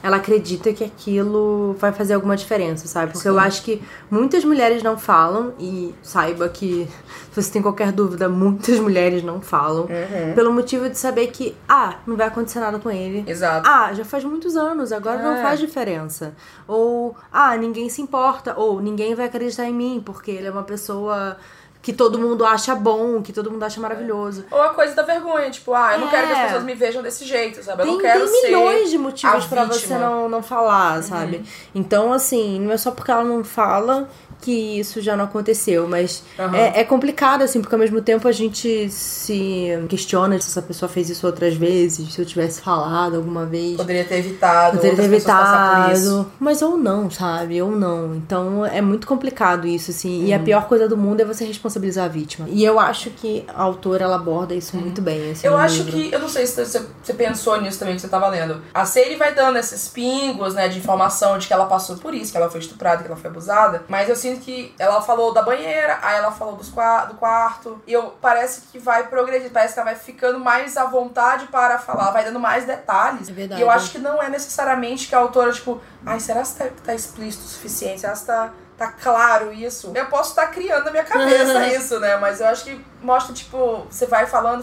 ela acredita que aquilo vai fazer alguma diferença, sabe? Porque eu acho que muitas mulheres não falam, e saiba que, se você tem qualquer dúvida, muitas mulheres não falam, pelo motivo de saber que, não vai acontecer nada com ele. Exato. Já faz muitos anos, agora não faz diferença. Ou, ninguém se importa, ou ninguém vai acreditar em mim, porque ele é uma pessoa que todo mundo acha bom, que todo mundo acha maravilhoso. Ou a coisa da vergonha, tipo, eu não quero que as pessoas me vejam desse jeito, sabe? Eu não quero ser tem milhões de motivos pra vítima. você não falar, sabe? Então, assim, não é só porque ela não fala que isso já não aconteceu, mas é complicado, assim, porque ao mesmo tempo a gente se questiona se essa pessoa fez isso outras vezes, se eu tivesse falado alguma vez. Poderia ter evitado, passar por isso. Mas ou não, sabe? Ou não. Então é muito complicado isso, assim, e a pior coisa do mundo é você responsabilizar a vítima. E eu acho que a autora, ela aborda isso muito bem, assim, eu acho que, eu não sei se você pensou nisso também que você tava lendo. A Sadie vai dando esses pingos, né, de informação de que ela passou por isso, que ela foi estuprada, que ela foi abusada, mas eu sinto que ela falou da banheira, aí ela falou do quarto, e parece que vai progredir, parece que ela vai ficando mais à vontade para falar, vai dando mais detalhes. É verdade. E eu acho que não é necessariamente que a autora, tipo, será que tá explícito o suficiente? Será que tá claro isso? Eu posso estar criando na minha cabeça isso, né? Mas eu acho que mostra, tipo, você vai falando,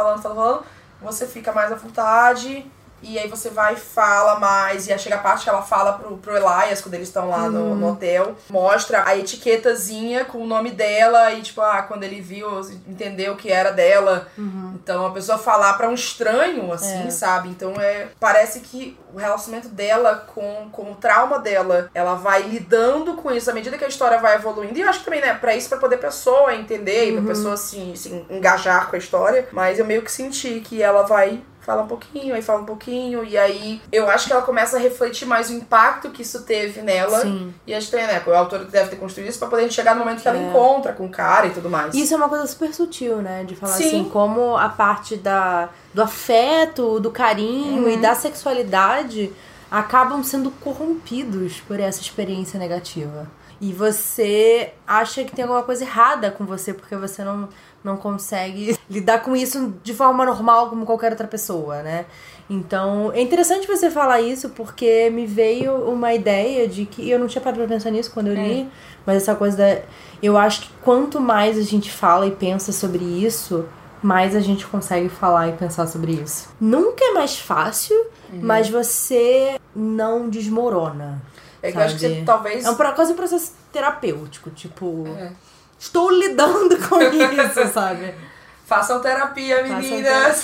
você fica mais à vontade. E aí você vai e fala mais. E aí chega a parte que ela fala pro Elias, quando eles estão lá no hotel. Mostra a etiquetazinha com o nome dela. E tipo, quando ele viu, entendeu que era dela. Então a pessoa falar pra um estranho, assim, sabe? Então parece que o relacionamento dela com o trauma dela, ela vai lidando com isso à medida que a história vai evoluindo. E eu acho que também, né, pra isso, pra poder a pessoa entender, e pra pessoa se engajar com a história. Mas eu meio que senti que ela vai fala um pouquinho, aí fala um pouquinho, e aí eu acho que ela começa a refletir mais o impacto que isso teve nela. Sim. E a gente tem, né, o autor deve ter construído isso pra poder chegar no momento que ela encontra com o cara e tudo mais. Isso é uma coisa super sutil, né, de falar assim, como a parte do afeto, do carinho e da sexualidade acabam sendo corrompidos por essa experiência negativa. E você acha que tem alguma coisa errada com você porque você não consegue lidar com isso de forma normal como qualquer outra pessoa, né? Então, é interessante você falar isso porque me veio uma ideia de que... Eu não tinha parado pra pensar nisso quando eu li, mas essa coisa eu acho que quanto mais a gente fala e pensa sobre isso, mais a gente consegue falar e pensar sobre isso. Nunca é mais fácil, mas você não desmorona. É que eu acho que você talvez... É quase um processo terapêutico, tipo... Estou lidando com isso, sabe? Façam terapia, meninas.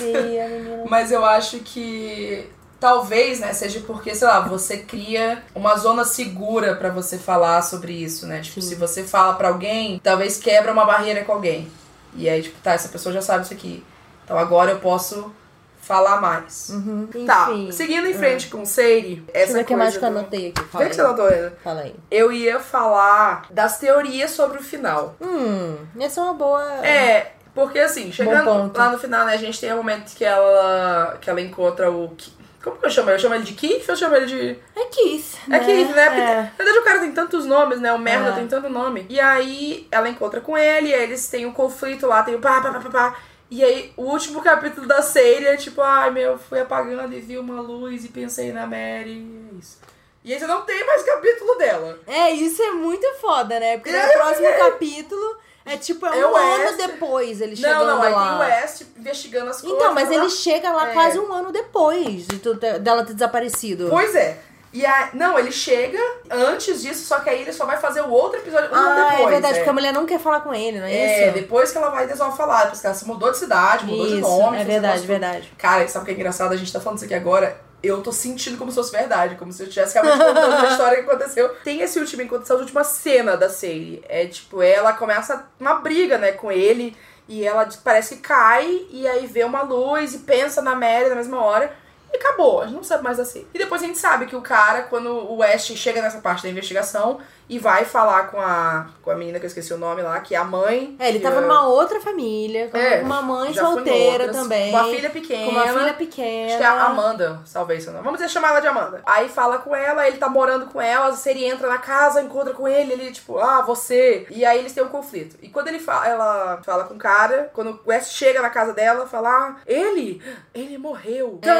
Mas eu acho que talvez, né, seja porque, sei lá, você cria uma zona segura pra você falar sobre isso, né? Tipo, se você fala pra alguém, talvez quebra uma barreira com alguém. E aí, tipo, essa pessoa já sabe isso aqui. Então agora eu posso falar mais. Tá, seguindo em frente com Sadie, essa coisa... O que mais que eu anotei aqui? Vê que você anotou ainda. Fala aí. Eu ia falar das teorias sobre o final. Essa é uma boa... Porque assim, chegando lá no final, né, a gente tem um momento que ela encontra o... Como que eu chamo ele? Eu chamo ele de Keith ou eu chamo ele de... É Keith, né? É Keith, né? Porque, na verdade, o cara tem tantos nomes, né? O merda tem tanto nome. E aí, ela encontra com ele, e aí eles têm um conflito lá, tem o pá. E aí, o último capítulo da série é tipo, fui apagando e vi uma luz e pensei na Mary, é isso. E aí você não tem mais capítulo dela. Isso é muito foda, né? Porque no próximo capítulo... É tipo, um ano depois ele chegando lá. Aí tem o West investigando as coisas. Então, mas ele chega lá quase um ano depois dela ter desaparecido. Pois é. E aí, ele chega antes disso, só que aí ele só vai fazer o outro episódio um ano depois. É verdade, porque a mulher não quer falar com ele, não é isso? Depois que ela vai falar, porque ela se mudou de cidade, mudou de nome. É verdade. Cara, sabe o que é engraçado? A gente tá falando isso aqui agora... Eu tô sentindo como se fosse verdade, como se eu estivesse realmente contando uma história que aconteceu. Tem essa última cena da série. É tipo, ela começa uma briga, né, com ele, e ela parece que cai, e aí vê uma luz e pensa na Mary na mesma hora. E acabou, a gente não sabe mais da série. E depois a gente sabe que o cara, quando o West chega nessa parte da investigação e vai falar com a menina que eu esqueci o nome lá, que é a mãe. Ele tava numa outra família, com uma mãe solteira também. Com uma filha pequena. Acho que é a Amanda, talvez seu nome. Vamos chamar ela de Amanda. Aí fala com ela, ele tá morando com ela, a série entra na casa, encontra com ele tipo, você. E aí eles têm um conflito. E quando ela fala com o cara, quando o West chega na casa dela, fala, ele morreu.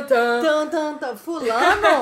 Fulano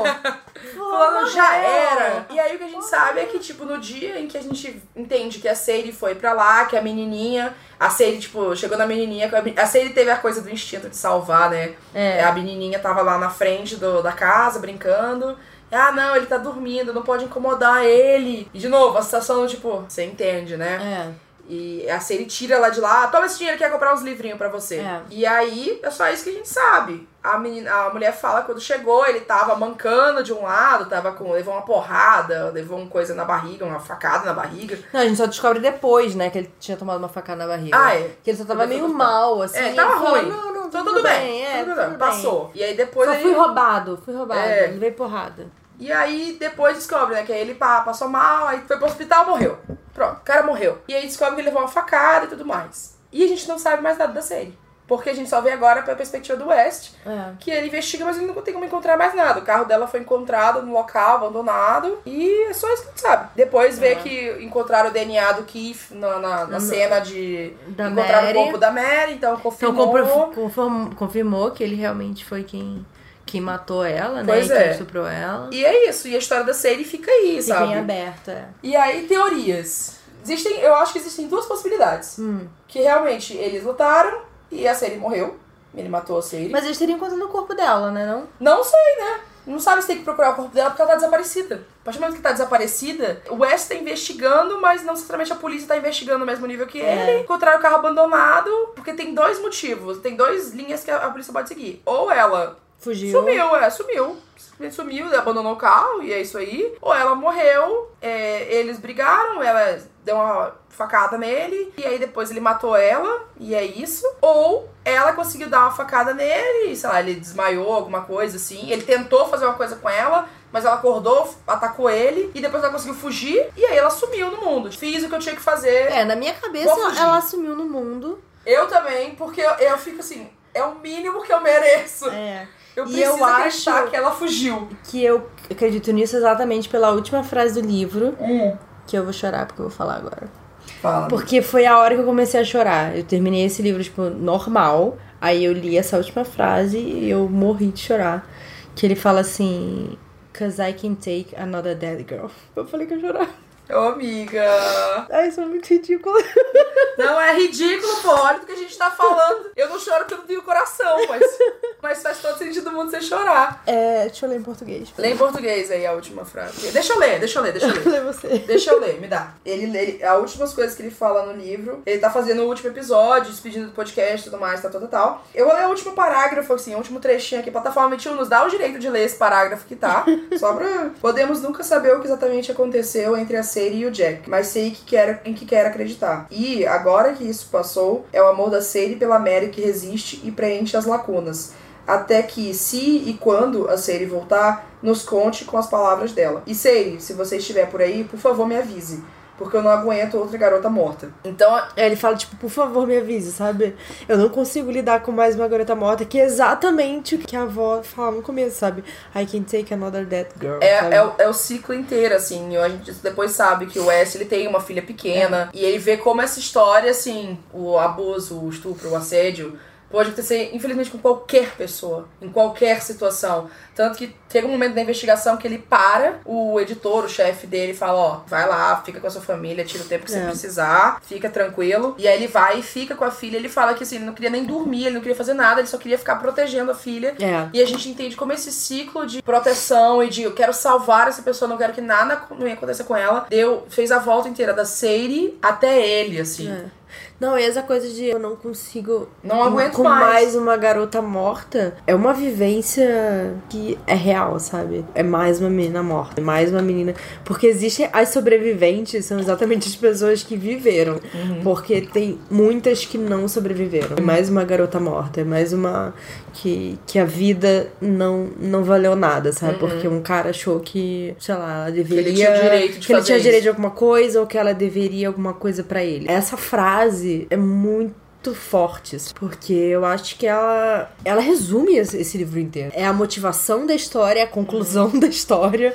já era. E aí o que a gente sabe é que, tipo, no dia em que a gente entende que a Sadie foi pra lá, que a menininha... A Sadie, tipo, chegou na menininha... A Sadie teve a coisa do instinto de salvar, né? A menininha tava lá na frente da casa, brincando... Ah, não, ele tá dormindo, não pode incomodar ele. E, de novo, a situação, tipo, você entende, né? E a Sadie tira ela de lá, toma esse dinheiro que quer comprar uns livrinhos pra você. E aí, é só isso que a gente sabe. A mulher fala que quando chegou, ele tava mancando de um lado, levou uma porrada, levou uma coisa na barriga, uma facada na barriga. Não, a gente só descobre depois, né, que ele tinha tomado uma facada na barriga. Que ele só tava meio mal, assim. Tava ruim. Não, então tudo bem. Tudo bem. Passou. E aí depois Fui roubado. Ele veio porrada. E aí depois descobre, né, que aí ele passou mal, aí foi pro hospital, morreu. Pronto, o cara morreu. E aí descobre que ele levou uma facada e tudo mais. E a gente não sabe mais nada da série. Porque a gente só vê agora pela perspectiva do West, que ele investiga, mas ele não tem como encontrar mais nada. O carro dela foi encontrado no local, abandonado, e é só isso que a gente sabe. Depois vê que encontraram o DNA do Keith na cena de encontrar o corpo da Mary, então confirmou. Então confirmou que ele realmente foi quem matou ela, né? Pois quem estuprou ela. E é isso, e a história da série fica aí, sabe? Fica em aberto, E aí, teorias. Eu acho que existem duas possibilidades. Que realmente eles lutaram e a Sadie morreu. Ele matou a Sadie. Mas eles teriam encontrado o corpo dela, né? Não sei, né? Não sabe se tem que procurar o corpo dela porque ela tá desaparecida. A partir do momento que tá desaparecida, o Wes tá investigando, mas não necessariamente a polícia tá investigando no mesmo nível que ele. Encontraram o carro abandonado, porque tem dois motivos. Tem duas linhas que a polícia pode seguir. Ou ela fugiu. Sumiu. Simplesmente sumiu, abandonou o carro e é isso aí. Ou ela morreu, eles brigaram, ela deu uma facada nele, e aí depois ele matou ela, e é isso. Ou ela conseguiu dar uma facada nele, sei lá, ele desmaiou, alguma coisa assim. Ele tentou fazer uma coisa com ela, mas ela acordou, atacou ele, e depois ela conseguiu fugir, e aí ela sumiu no mundo. Fiz o que eu tinha que fazer. Na minha cabeça ela sumiu no mundo. Eu também, porque eu fico assim, é o mínimo que eu mereço. Eu preciso acreditar que ela fugiu. Que eu acredito nisso exatamente pela última frase do livro. Que eu vou chorar porque eu vou falar agora. Fala. Porque foi a hora que eu comecei a chorar. Eu terminei esse livro, tipo, normal. Aí eu li essa última frase e eu morri de chorar. Que ele fala assim... 'Cause I can take another dead girl. Eu falei que eu ia chorar. Ô, amiga. Ai, isso é muito ridículo. Não, é ridículo, pô. Olha do que a gente tá falando. Eu não choro porque eu não tenho coração, mas faz todo sentido do mundo você chorar. Deixa eu ler em português. Lê em português aí a última frase. Deixa eu ler. Lê você. Deixa eu ler, me dá. Ele as últimas coisas que ele fala no livro, ele tá fazendo o último episódio, despedindo do podcast e tudo mais, tal. Eu vou ler o último parágrafo, assim, o último trechinho aqui. A plataforma 21 nos dá o direito de ler esse parágrafo que tá. Só pra... Podemos nunca saber o que exatamente aconteceu entre a Sadie e o Jack, mas sei em que quer acreditar. E, agora que isso passou, é o amor da Sadie pela Mary que resiste e preenche as lacunas. Até que, se e quando a Sadie voltar, nos conte com as palavras dela. E Sadie, se você estiver por aí, por favor me avise. Porque eu não aguento outra garota morta. Então... ele fala, tipo, por favor, me avise, sabe? Eu não consigo lidar com mais uma garota morta, que é exatamente o que a avó fala no começo, sabe? I can take another dead girl. É o ciclo inteiro, assim. A gente depois sabe que o Wes, ele tem uma filha pequena. E ele vê como essa história, assim, o abuso, o estupro, o assédio... pode acontecer, infelizmente, com qualquer pessoa, em qualquer situação. Tanto que chega um momento da investigação que ele para, o editor, o chefe dele, fala, vai lá, fica com a sua família, tira o tempo que você precisar, fica tranquilo. E aí ele vai e fica com a filha, ele fala que assim, ele não queria nem dormir, ele não queria fazer nada, ele só queria ficar protegendo a filha. E a gente entende como esse ciclo de proteção e de eu quero salvar essa pessoa, não quero que nada não aconteça com ela, fez a volta inteira da Sadie até ele, assim. Não, e essa coisa de eu não consigo... Não aguento com mais uma garota morta. É uma vivência que é real, sabe? É mais uma menina morta. É mais uma menina... Porque existem... As sobreviventes são exatamente as pessoas que viveram. Porque tem muitas que não sobreviveram. É mais uma garota morta. É mais uma... Que a vida não valeu nada, sabe? Porque um cara achou que, sei lá, ela deveria... Que ele tinha direito de que ele tinha direito de alguma coisa ou que ela deveria alguma coisa pra ele. Essa frase é muito forte, porque eu acho que ela resume esse livro inteiro. É a motivação da história, a conclusão da história,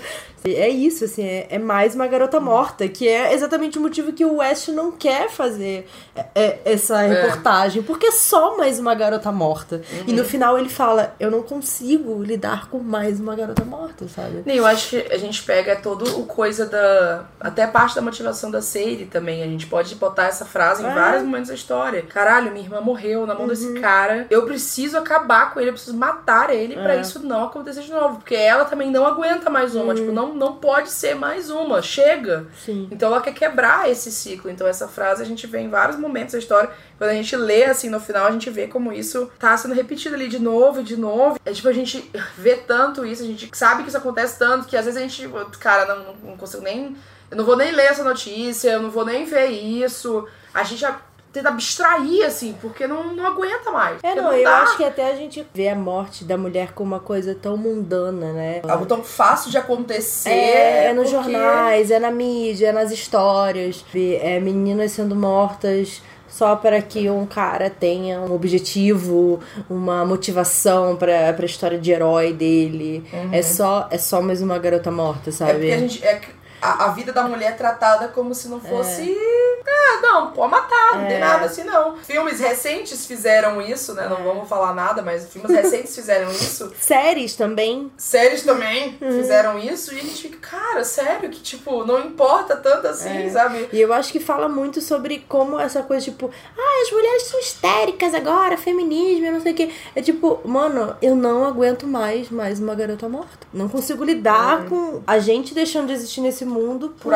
É isso, assim, é mais uma garota morta, que é exatamente o motivo que o West não quer fazer essa reportagem, porque é só mais uma garota morta. E no final ele fala, eu não consigo lidar com mais uma garota morta, sabe? Eu acho que a gente pega todo o coisa da... Até parte da motivação da Sadie também. A gente pode botar essa frase em vários momentos da história. Caralho, minha irmã morreu na mão desse cara. Eu preciso acabar com ele, eu preciso matar ele pra isso não acontecer de novo. Porque ela também não aguenta mais uma. Tipo, não pode ser mais uma. Chega. Sim. Então ela quer quebrar esse ciclo. Então essa frase a gente vê em vários momentos da história. Quando a gente lê, assim, no final, a gente vê como isso tá sendo repetido ali de novo e de novo. É tipo, a gente vê tanto isso, a gente sabe que isso acontece tanto, que às vezes a gente, cara, não consigo nem... Eu não vou nem ler essa notícia, eu não vou nem ver isso. A gente tenta abstrair, assim, porque não aguenta mais. Eu acho que até a gente vê a morte da mulher como uma coisa tão mundana, né? Algo tão fácil de acontecer. É nos jornais, é na mídia, é nas histórias. Meninas sendo mortas só para que um cara tenha um objetivo, uma motivação pra história de herói dele. É só mais uma garota morta, sabe? É porque a gente... A vida da mulher é tratada como se não fosse... não, pode matar, não tem nada assim, não. Filmes recentes fizeram isso, né? Não vamos falar nada, mas filmes recentes fizeram isso. Séries também Fizeram isso. E a gente fica, cara, sério, que tipo, não importa tanto assim, sabe? E eu acho que fala muito sobre como essa coisa, tipo... as mulheres são histéricas agora, feminismo, não sei o quê. É tipo, mano, eu não aguento mais uma garota morta. Não consigo lidar com a gente deixando de existir nesse mundo por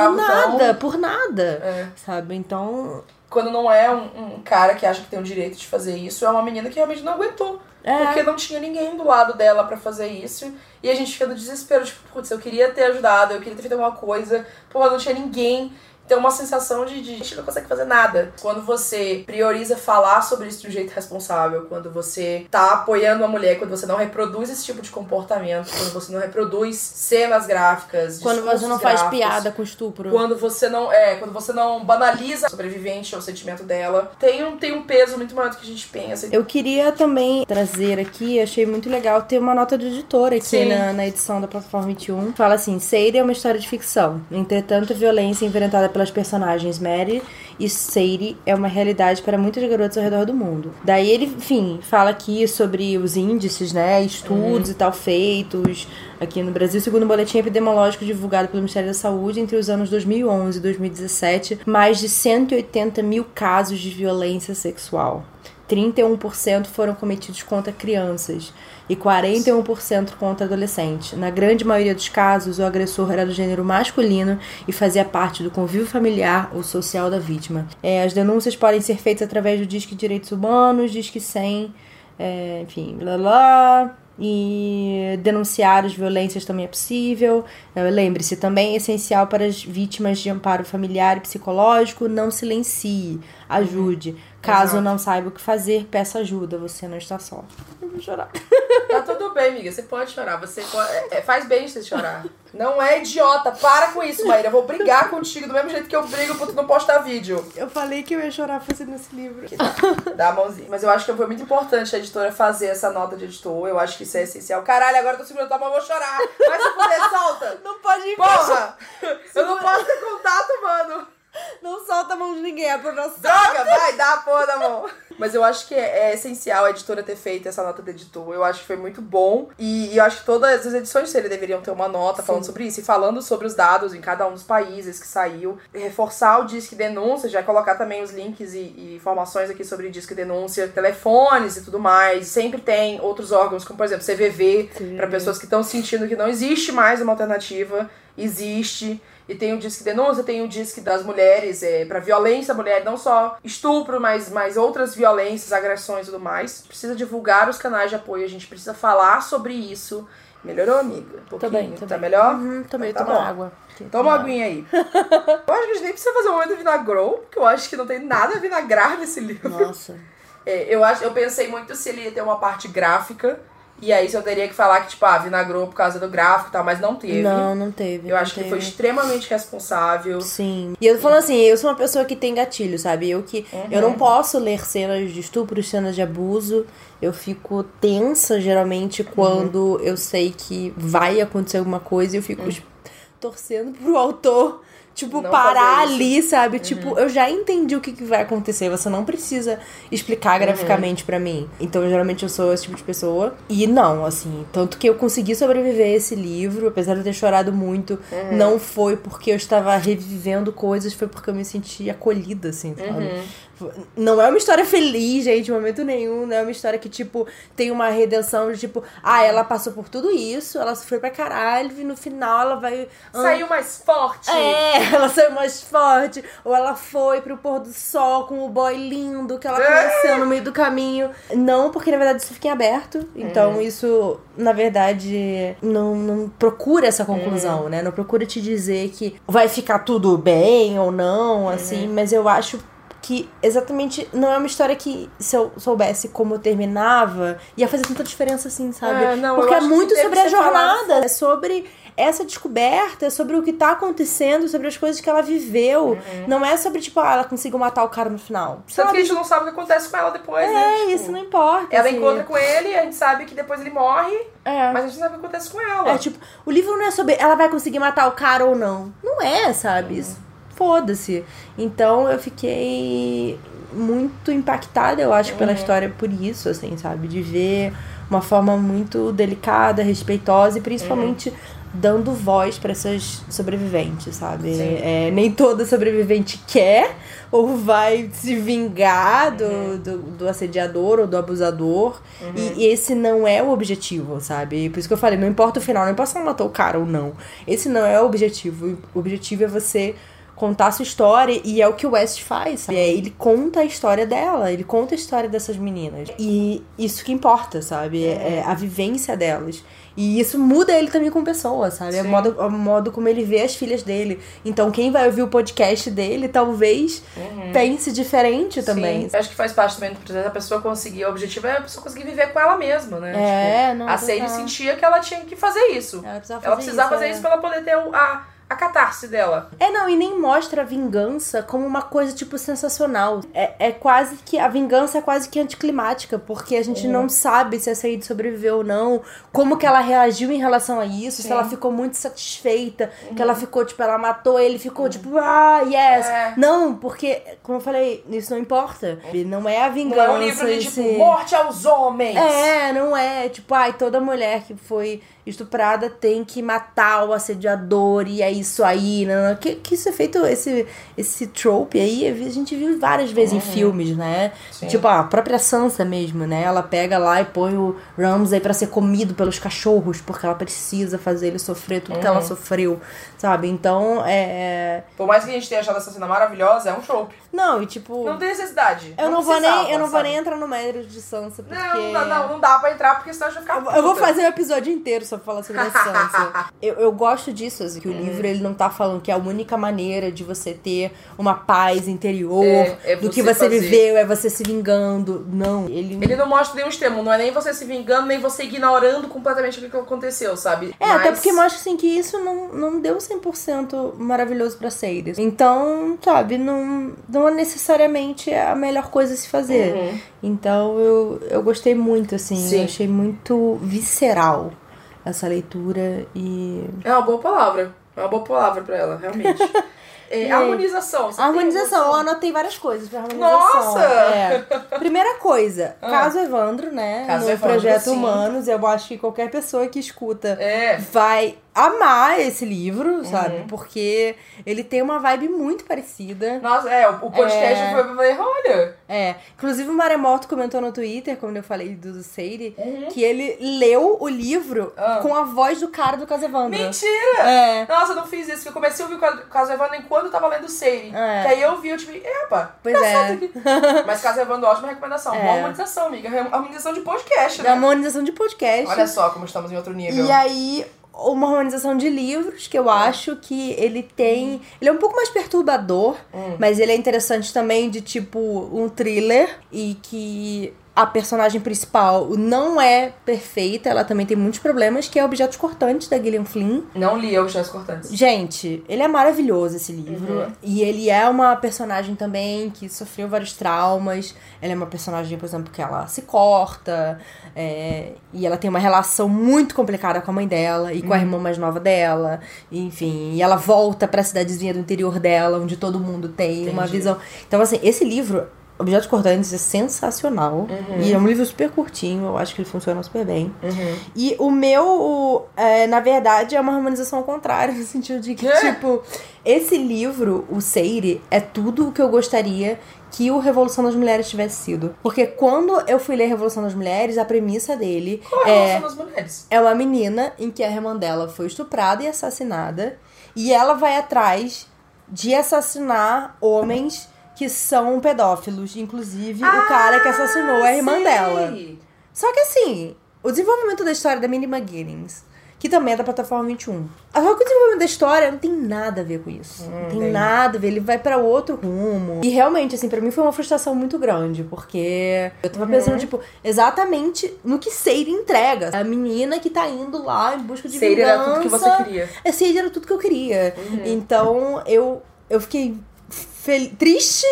nada, sabe? Então... Quando não é um cara que acha que tem o direito de fazer isso, é uma menina que realmente não aguentou. Porque não tinha ninguém do lado dela pra fazer isso. E a gente fica no desespero, tipo, putz, eu queria ter ajudado, eu queria ter feito alguma coisa. Pô, não tinha ninguém. Tem uma sensação de a gente não consegue fazer nada. Quando você prioriza falar sobre isso de um jeito responsável, quando você tá apoiando a mulher, quando você não reproduz esse tipo de comportamento, quando você não reproduz cenas gráficas, quando você não faz piada com estupro, quando você não banaliza a sobrevivente ou o sentimento dela, tem um peso muito maior do que a gente pensa. Eu queria também trazer aqui, achei muito legal ter uma nota de editora aqui na edição da Plataforma 21. Fala assim: Sadie é uma história de ficção, entretanto a violência enfrentada pelas personagens Mary e Sadie é uma realidade para muitas garotas ao redor do mundo. Daí ele, enfim, fala aqui sobre os índices, né, estudos e tal feitos aqui no Brasil. Segundo o boletim epidemiológico divulgado pelo Ministério da Saúde, entre os anos 2011 e 2017, mais de 180 mil casos de violência sexual. 31% foram cometidos contra crianças e 41% contra adolescentes. Na grande maioria dos casos, o agressor era do gênero masculino e fazia parte do convívio familiar ou social da vítima. As denúncias podem ser feitas através do Disque Direitos Humanos, Disque 100, enfim, blá blá. E denunciar as violências também é possível. Lembre-se, também é essencial para as vítimas de amparo familiar e psicológico, não silencie, ajude. Caso não saiba o que fazer, peça ajuda, você não está só. Eu vou chorar. Tá tudo bem, amiga, você pode chorar, você pode, faz bem você chorar. Não é idiota, para com isso, Maíra. Eu vou brigar contigo do mesmo jeito que eu brigo por tu não postar vídeo. Eu falei que eu ia chorar fazendo esse livro. Dá a mãozinha. Mas eu acho que foi muito importante a editora fazer essa nota de editor. Eu acho que isso é essencial. Caralho, agora eu tô segurando tua mão, eu vou chorar. Vai se fuder, solta. Não pode ir. Porra! Eu não posso ter contato, mano. Não solta a mão de ninguém, é pro nosso... Droga, vai, dá a porra da mão. Mas eu acho que é essencial a editora ter feito essa nota de editor. Eu acho que foi muito bom. E eu acho que todas as edições dele deveriam ter uma nota falando sobre isso. E falando sobre os dados em cada um dos países que saiu. Reforçar o Disque Denúncia. Já colocar também os links e informações aqui sobre Disque Denúncia. Telefones e tudo mais. Sempre tem outros órgãos, como por exemplo CVV. Para pessoas que estão sentindo que não existe mais uma alternativa. Existe. E tem o Disque Denúncia, tem o Disque das mulheres, pra violência à mulher, não só estupro, mas outras violências, agressões e tudo mais. Precisa divulgar os canais de apoio, a gente precisa falar sobre isso. Melhorou, amiga? Um pouquinho. Tá melhor? Também, tá toma água. Toma uma aguinha aí. Eu acho que a gente nem precisa fazer um momento vinagrou, porque eu acho que não tem nada a vinagrar nesse livro. Nossa. Eu pensei muito se ele ia ter uma parte gráfica. E aí eu teria que falar que, tipo, vinagrou por causa do gráfico e tal, mas não teve. Não teve. Eu acho que foi extremamente responsável. Sim. E eu falo assim, eu sou uma pessoa que tem gatilho, sabe? Eu não posso ler cenas de estupro, cenas de abuso. Eu fico tensa, geralmente, quando eu sei que vai acontecer alguma coisa e eu fico... torcendo pro autor, tipo, Não parar fazer isso. ali, sabe? Tipo, eu já entendi o que vai acontecer. Você não precisa explicar graficamente pra mim. Então, geralmente, eu sou esse tipo de pessoa. E não, assim, tanto que eu consegui sobreviver a esse livro, apesar de eu ter chorado muito, não foi porque eu estava revivendo coisas, foi porque eu me senti acolhida, assim, sabe? Não é uma história feliz, gente, em momento nenhum. Não é uma história que, tipo, tem uma redenção de, tipo, ela passou por tudo isso, ela sofreu pra caralho, e no final ela vai... Saiu mais forte. Ela saiu mais forte. Ou ela foi pro pôr do sol com o boy lindo que ela conheceu no meio do caminho. Não, porque na verdade isso fica em aberto. Então isso, na verdade, não procura essa conclusão, né? Não procura te dizer que vai ficar tudo bem ou não, assim. Mas eu acho que exatamente não é uma história que, se eu soubesse como terminava, ia fazer tanta diferença assim, sabe? Não, porque eu é acho muito que sobre a deve ser jornada, falado. é sobre essa descoberta, é sobre o que tá acontecendo, sobre as coisas que ela viveu. Não é sobre, tipo, ela conseguiu matar o cara no final. Tanto que a gente não sabe o que acontece com ela depois, né? Tipo, Isso não importa. ela assim. encontra com ele, a gente sabe que depois ele morre, mas a gente não sabe o que acontece com ela. É, tipo, o livro não é sobre ela vai conseguir matar o cara ou não. Não é, sabe? Foda-se. Então eu fiquei muito impactada, eu acho, pela história por isso, assim, sabe? De ver uma forma muito delicada, respeitosa e principalmente dando voz pra essas sobreviventes, sabe? Nem toda sobrevivente quer ou vai se vingar do assediador ou do abusador. E esse não é o objetivo, sabe? Por isso que eu falei, não importa o final, não importa se ela matou o cara ou não. Esse não é o objetivo. O objetivo é você contar a sua história, e é o que o West faz, sabe? Ele conta a história dela, ele conta a história dessas meninas. E isso que importa, sabe? É a vivência delas. E isso muda ele também como pessoa, sabe? O modo como ele vê as filhas dele. Então, quem vai ouvir o podcast dele, talvez pense diferente também. Eu acho que faz parte também do processo da pessoa conseguir. O objetivo é a pessoa conseguir viver com ela mesma, né? A Sadie sentia que ela tinha que fazer isso. Ela precisava fazer isso pra ela poder ter a catarse dela. E nem mostra a vingança como uma coisa, tipo, sensacional. É quase que... A vingança é quase que anticlimática, porque a gente não sabe se a Sadie sobreviveu ou não, como que ela reagiu em relação a isso, se ela ficou muito satisfeita, que ela ficou, tipo, ela matou ele, ficou, tipo, yes. Não, porque, como eu falei, isso não importa. Não é a vingança. Não é um livro de, tipo, morte aos homens. Não é, tipo, toda mulher que foi estuprada tem que matar o assediador e é isso aí, né? Que isso é feito, esse trope aí, a gente viu várias vezes em filmes, né? Tipo, a própria Sansa mesmo, né? Ela pega lá e põe o Ramsay pra ser comido pelos cachorros, porque ela precisa fazer ele sofrer tudo que ela sofreu, sabe? Então, Por mais que a gente tenha achado essa cena maravilhosa, é um trope. Não, e tipo... Não tem necessidade. Eu não vou nem entrar no mérito de Sansa, porque... Não dá pra entrar, porque senão a gente vai ficar Eu vou fazer um episódio inteiro só pra falar sobre a Sansa. eu gosto disso, assim, que o livro, ele não tá falando que a única maneira de você ter uma paz interior, do que você viveu, é você se vingando. Não, ele não mostra nenhum extremo, não é nem você se vingando, nem você ignorando completamente o que aconteceu, sabe? Até porque mostra, assim, que isso não deu 100% maravilhoso pra Sadie. Então, sabe, não é necessariamente a melhor coisa a se fazer. Então, eu gostei muito, assim, eu achei muito visceral essa leitura e... É uma boa palavra pra ela, realmente. Harmonização. Eu anotei várias coisas pra harmonização. Nossa! Primeira coisa, Caso Evandro, né? Caso no Evandro, Projeto sim. Humanos, eu acho que qualquer pessoa que escuta vai amar esse livro, sabe? Porque ele tem uma vibe muito parecida. Nossa, o podcast foi pra falar, olha... Inclusive o Maremoto comentou no Twitter, quando eu falei do Sadie, que ele leu o livro com a voz do cara do Caso Evandro. Mentira! Nossa, eu não fiz isso, porque eu comecei a ouvir o Caso Evandro enquanto eu tava lendo o Sadie. Que aí eu vi, eu tipo, pois aqui. Mas Caso Evandro, ótima recomendação. Boa harmonização, amiga. Harmonização de podcast, né? Harmonização de podcast. Olha só como estamos em outro nível. E aí... uma harmonização de livros, que eu acho que ele tem... Ele é um pouco mais perturbador, mas ele é interessante também de, tipo, um thriller. E que a personagem principal não é perfeita, ela também tem muitos problemas, que é Objetos Cortantes, da Gillian Flynn. Não li Objetos Cortantes. Gente, ele é maravilhoso, esse livro. E ele é uma personagem também que sofreu vários traumas. Ela é uma personagem, por exemplo, que ela se corta. E ela tem uma relação muito complicada com a mãe dela e com a irmã mais nova dela. Enfim, e ela volta pra cidadezinha do interior dela, onde todo mundo tem uma visão. Então, assim, esse livro, Objetos Cortantes, é sensacional. E é um livro super curtinho, eu acho que ele funciona super bem. E o meu, na verdade, é uma harmonização ao contrário, no sentido de que, tipo, esse livro, o Seire, é tudo o que eu gostaria que o Revolução das Mulheres tivesse sido. Porque quando eu fui ler Revolução das Mulheres, a premissa dele Qual é a Revolução das Mulheres? É uma menina em que a irmã dela foi estuprada e assassinada, e ela vai atrás de assassinar homens que são pedófilos, inclusive o cara que assassinou a irmã dela. Só que assim, o desenvolvimento da história da Mindy McGuinness, que também é da Plataforma 21, só que o desenvolvimento da história não tem nada a ver com isso. Não tem nada a ver, ele vai pra outro rumo. E realmente, assim, pra mim foi uma frustração muito grande, porque eu tava pensando, tipo, exatamente no que Seire entrega. A menina que tá indo lá em busca de Seire vingança. era tudo que você queria. Seire era tudo que eu queria. Então, eu fiquei triste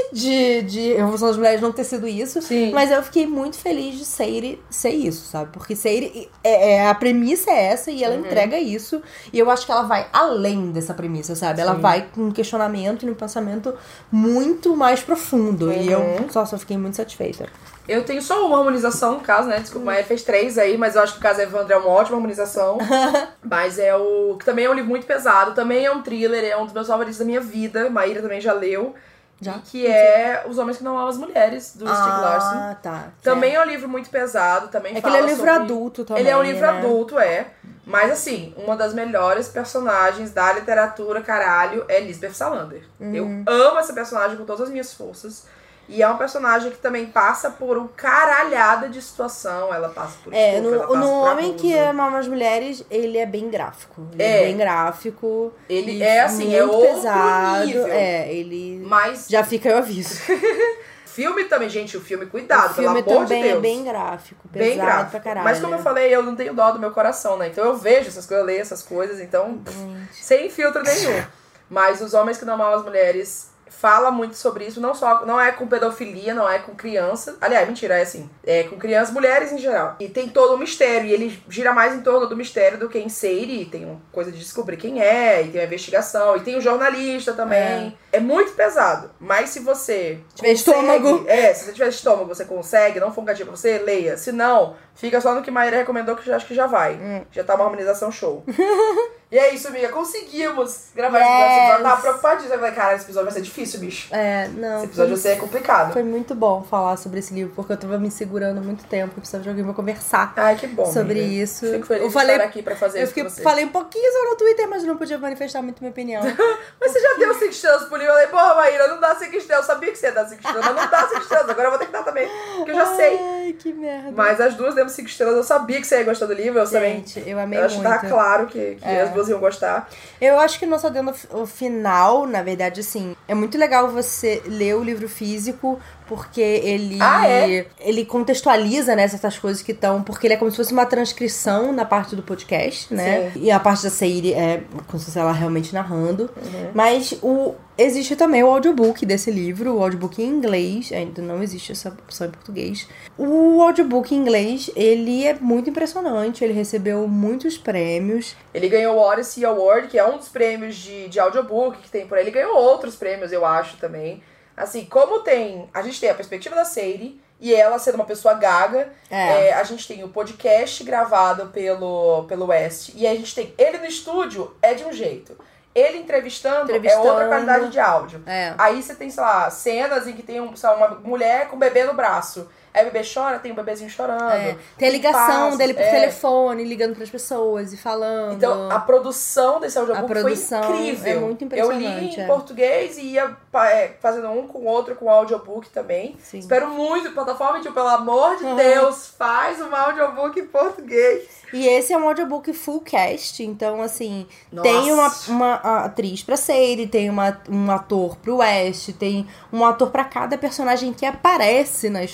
de Revolução das Mulheres não ter sido isso. Sim. Mas eu fiquei muito feliz de Seire ser isso, sabe? Porque Seire, a premissa é essa e ela entrega isso. E eu acho que ela vai além dessa premissa, sabe? Ela vai com um questionamento e um pensamento muito mais profundo. E eu só fiquei muito satisfeita. Eu tenho só uma harmonização, no caso, né? Desculpa, mas fez 3 aí, mas eu acho que o caso Evandro é uma ótima harmonização. Mas que também é um livro muito pesado, também é um thriller, é um dos meus favoritos da minha vida. Maíra também já leu. Já? Que é Os Homens que Não Amam as Mulheres, do Stieg Larsson. Ah, tá. Também é um livro muito pesado, também que ele é um livro adulto também. Ele é um livro né? adulto, Mas assim, uma das melhores personagens da literatura, caralho, é Lisbeth Salander. Eu amo essa personagem com todas as minhas forças. E é uma personagem que também passa por um caralhada de situação. Ela passa por estupro, ela passa no por Homem abuso. que Ama as Mulheres, ele é bem gráfico. Ele é bem gráfico. Ele é assim, muito é outro pesado. nível. Ele... Mas... Já fica aí o aviso. Filme também, gente, o filme, cuidado, pelo amor de Deus. O filme também é bem gráfico, pesado bem gráfico. pra caralho. Mas como eu falei, eu não tenho dó do meu coração, né? Então eu vejo essas coisas, eu leio essas coisas, então, sem filtro nenhum. Mas Os Homens que Não Amam as Mulheres fala muito sobre isso, não é com pedofilia, não é com criança. Aliás, mentira, é assim. É com crianças, mulheres em geral. E tem todo um mistério, e ele gira mais em torno do mistério do que em Seire. Tem uma coisa de descobrir quem é, e tem uma investigação, e tem um jornalista também. É muito pesado, mas se você tiver estômago. Se você tiver estômago, você consegue, não for um gatilho pra você, leia. Se não, fica só no que Maíra recomendou, que eu acho que já vai. Já tá uma harmonização show. E é isso, amiga. Conseguimos gravar esse episódio. Eu tava preocupadíssima. Eu falei, cara, esse episódio vai ser difícil, bicho. Não. Esse episódio vai ser complicado. Foi muito bom falar sobre esse livro, porque eu tava me segurando há muito tempo. Eu precisava de alguém pra conversar. Ai, que bom, sobre amiga. isso. Fico feliz de estar aqui pra fazer isso com você. Falei um pouquinho só no Twitter, mas não podia manifestar muito minha opinião. Mas você já deu 5 estrelas pro livro? Eu falei, porra, Maíra, não dá 5 estrelas. Eu sabia que você ia dar 5 estrelas, mas não dá 5 estrelas. Agora eu vou ter que dar também, porque eu já sei. Ai, que merda. Mas as duas demos 5 estrelas. Eu sabia que você ia gostar do livro. Eu Gente, também. eu amei muito. Eu acho que tava claro que as duas iam gostar. Eu acho que não só dando o final, na verdade, assim, é muito legal você ler o livro físico, porque ele contextualiza, né, certas coisas que estão... Porque ele é como se fosse uma transcrição na parte do podcast, né? Sim. E a parte da Seire é como se fosse ela realmente narrando. Mas existe também o audiobook desse livro, o audiobook em inglês, ainda não existe essa opção em português. O audiobook em inglês, ele é muito impressionante, ele recebeu muitos prêmios. Ele ganhou o Odyssey Award, que é um dos prêmios de audiobook que tem por aí. Ele ganhou outros prêmios, eu acho, também. Assim, como a gente tem a perspectiva da Seire, e ela sendo uma pessoa gaga, a gente tem o podcast gravado pelo West, e a gente tem ele no estúdio, é de um jeito. Ele entrevistando é outra qualidade de áudio. Aí você tem, sei lá, cenas em que tem uma mulher com um bebê no braço. Aí o bebê chora, tem um bebezinho chorando. Tem a ligação dele por telefone, ligando pras pessoas e falando. Então, a produção desse audiobook foi incrível. É muito impressionante. Eu li em português e ia fazendo um com o outro com o audiobook também. Sim. Espero muito, plataforma, pelo amor de Deus, faz um audiobook em português. E esse é um audiobook full cast, então, assim, tem uma atriz pra Seire, tem um ator pro West, tem um ator pra cada personagem que aparece na história.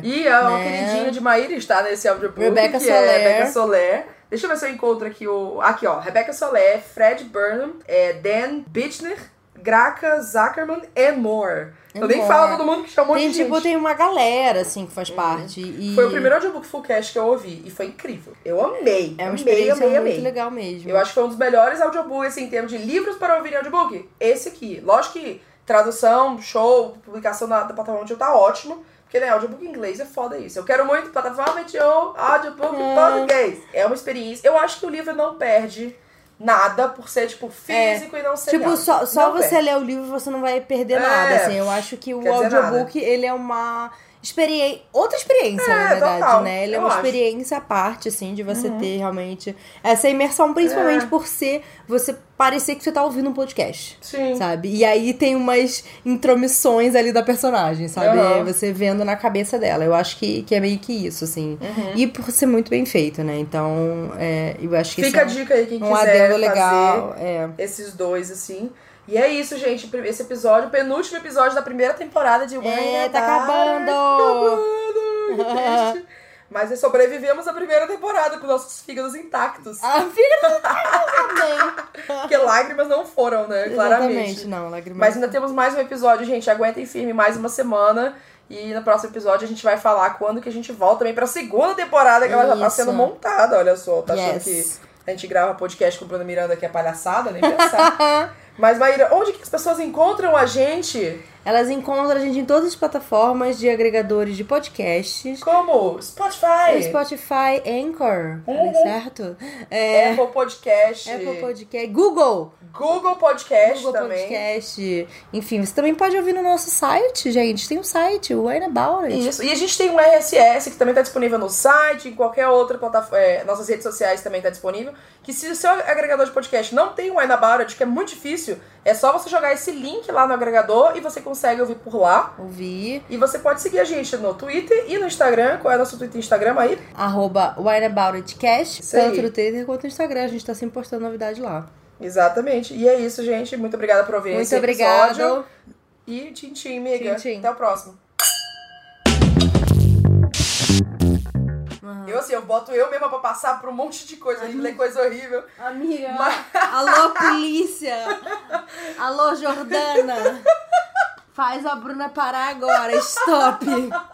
E o queridinho de Maíra está nesse audiobook, Rebecca que Soler. é Rebecca Soler. Deixa eu ver se eu encontro aqui o... Aqui, ó. Rebecca Soler, Fred Burnham, Dan Bichner, Graca Zuckerman and more. Eu nem falo todo mundo que chama um monte de gente. Tem uma galera, assim, que faz parte. E... Foi o primeiro audiobook Fullcast que eu ouvi. E foi incrível. Eu amei. É uma experiência muito legal mesmo. Eu acho que foi um dos melhores audiobooks, assim, em termos de livros para ouvir em audiobook. Esse aqui. Lógico que tradução, show, publicação da plataforma de tá ótimo. Porque, né, audiobook em inglês é foda isso. Eu quero muito plataforma de audiobook em português. É uma experiência. Eu acho que o livro não perde nada por ser, tipo, físico e não ser tipo, só você perde. ler o livro você não vai perder nada, assim. Eu acho que o audiobook, ele é uma outra experiência, na verdade, total. né? Ele é uma experiência à parte, assim, de você ter realmente essa imersão, principalmente por você parecer que você tá ouvindo um podcast. Sim. Sabe? E aí tem umas intromissões ali da personagem, sabe? Você vendo na cabeça dela. Eu acho que é meio que isso, assim. E por ser muito bem feito, né? Então, eu acho que fica a dica aí, quem quiser adendo legal, fazer esses dois, assim. E é isso, gente. Esse episódio, o penúltimo episódio da primeira temporada de Wayne. Tá acabando! Mas sobrevivemos a primeira temporada com nossos fígados intactos. Fígado também. Porque lágrimas não foram, né? Claramente. Exatamente, não. Lágrimas. Mas ainda temos mais um episódio, gente. Aguentem firme mais uma semana. E no próximo episódio a gente vai falar quando que a gente volta também pra segunda temporada, que ela já tá sendo montada. Olha só, tá achando que a gente grava podcast com o Bruno Miranda, que é palhaçada? Nem pensar. Mas, Maíra, onde que as pessoas encontram a gente? Elas encontram a gente em todas as plataformas de agregadores de podcasts. Como? Spotify, Anchor, certo? Apple Podcast. Google Podcast também. Podcast. Enfim, você também pode ouvir no nosso site, gente. Tem um site, o Wine About It. Isso. E a gente tem um RSS que também tá disponível no site, em qualquer outra plataforma. Nossas redes sociais também tá disponível. Que se o seu agregador de podcast não tem o Wine About It, que é muito difícil, é só você jogar esse link lá no agregador e você consegue ouvir por lá. E você pode seguir a gente no Twitter e no Instagram. Qual é o nosso Twitter e Instagram aí? @WineAboutItCast. Tanto no Twitter quanto no Instagram. A gente tá sempre postando novidade lá. Exatamente. E é isso, gente. Muito obrigada por ouvir esse episódio. E tchim, amiga. Tchim. Até o próximo. Eu boto eu mesma pra passar por um monte de coisa, de ler coisa horrível. Amiga, alô polícia, alô Jordana, faz a Bruna parar agora, stop.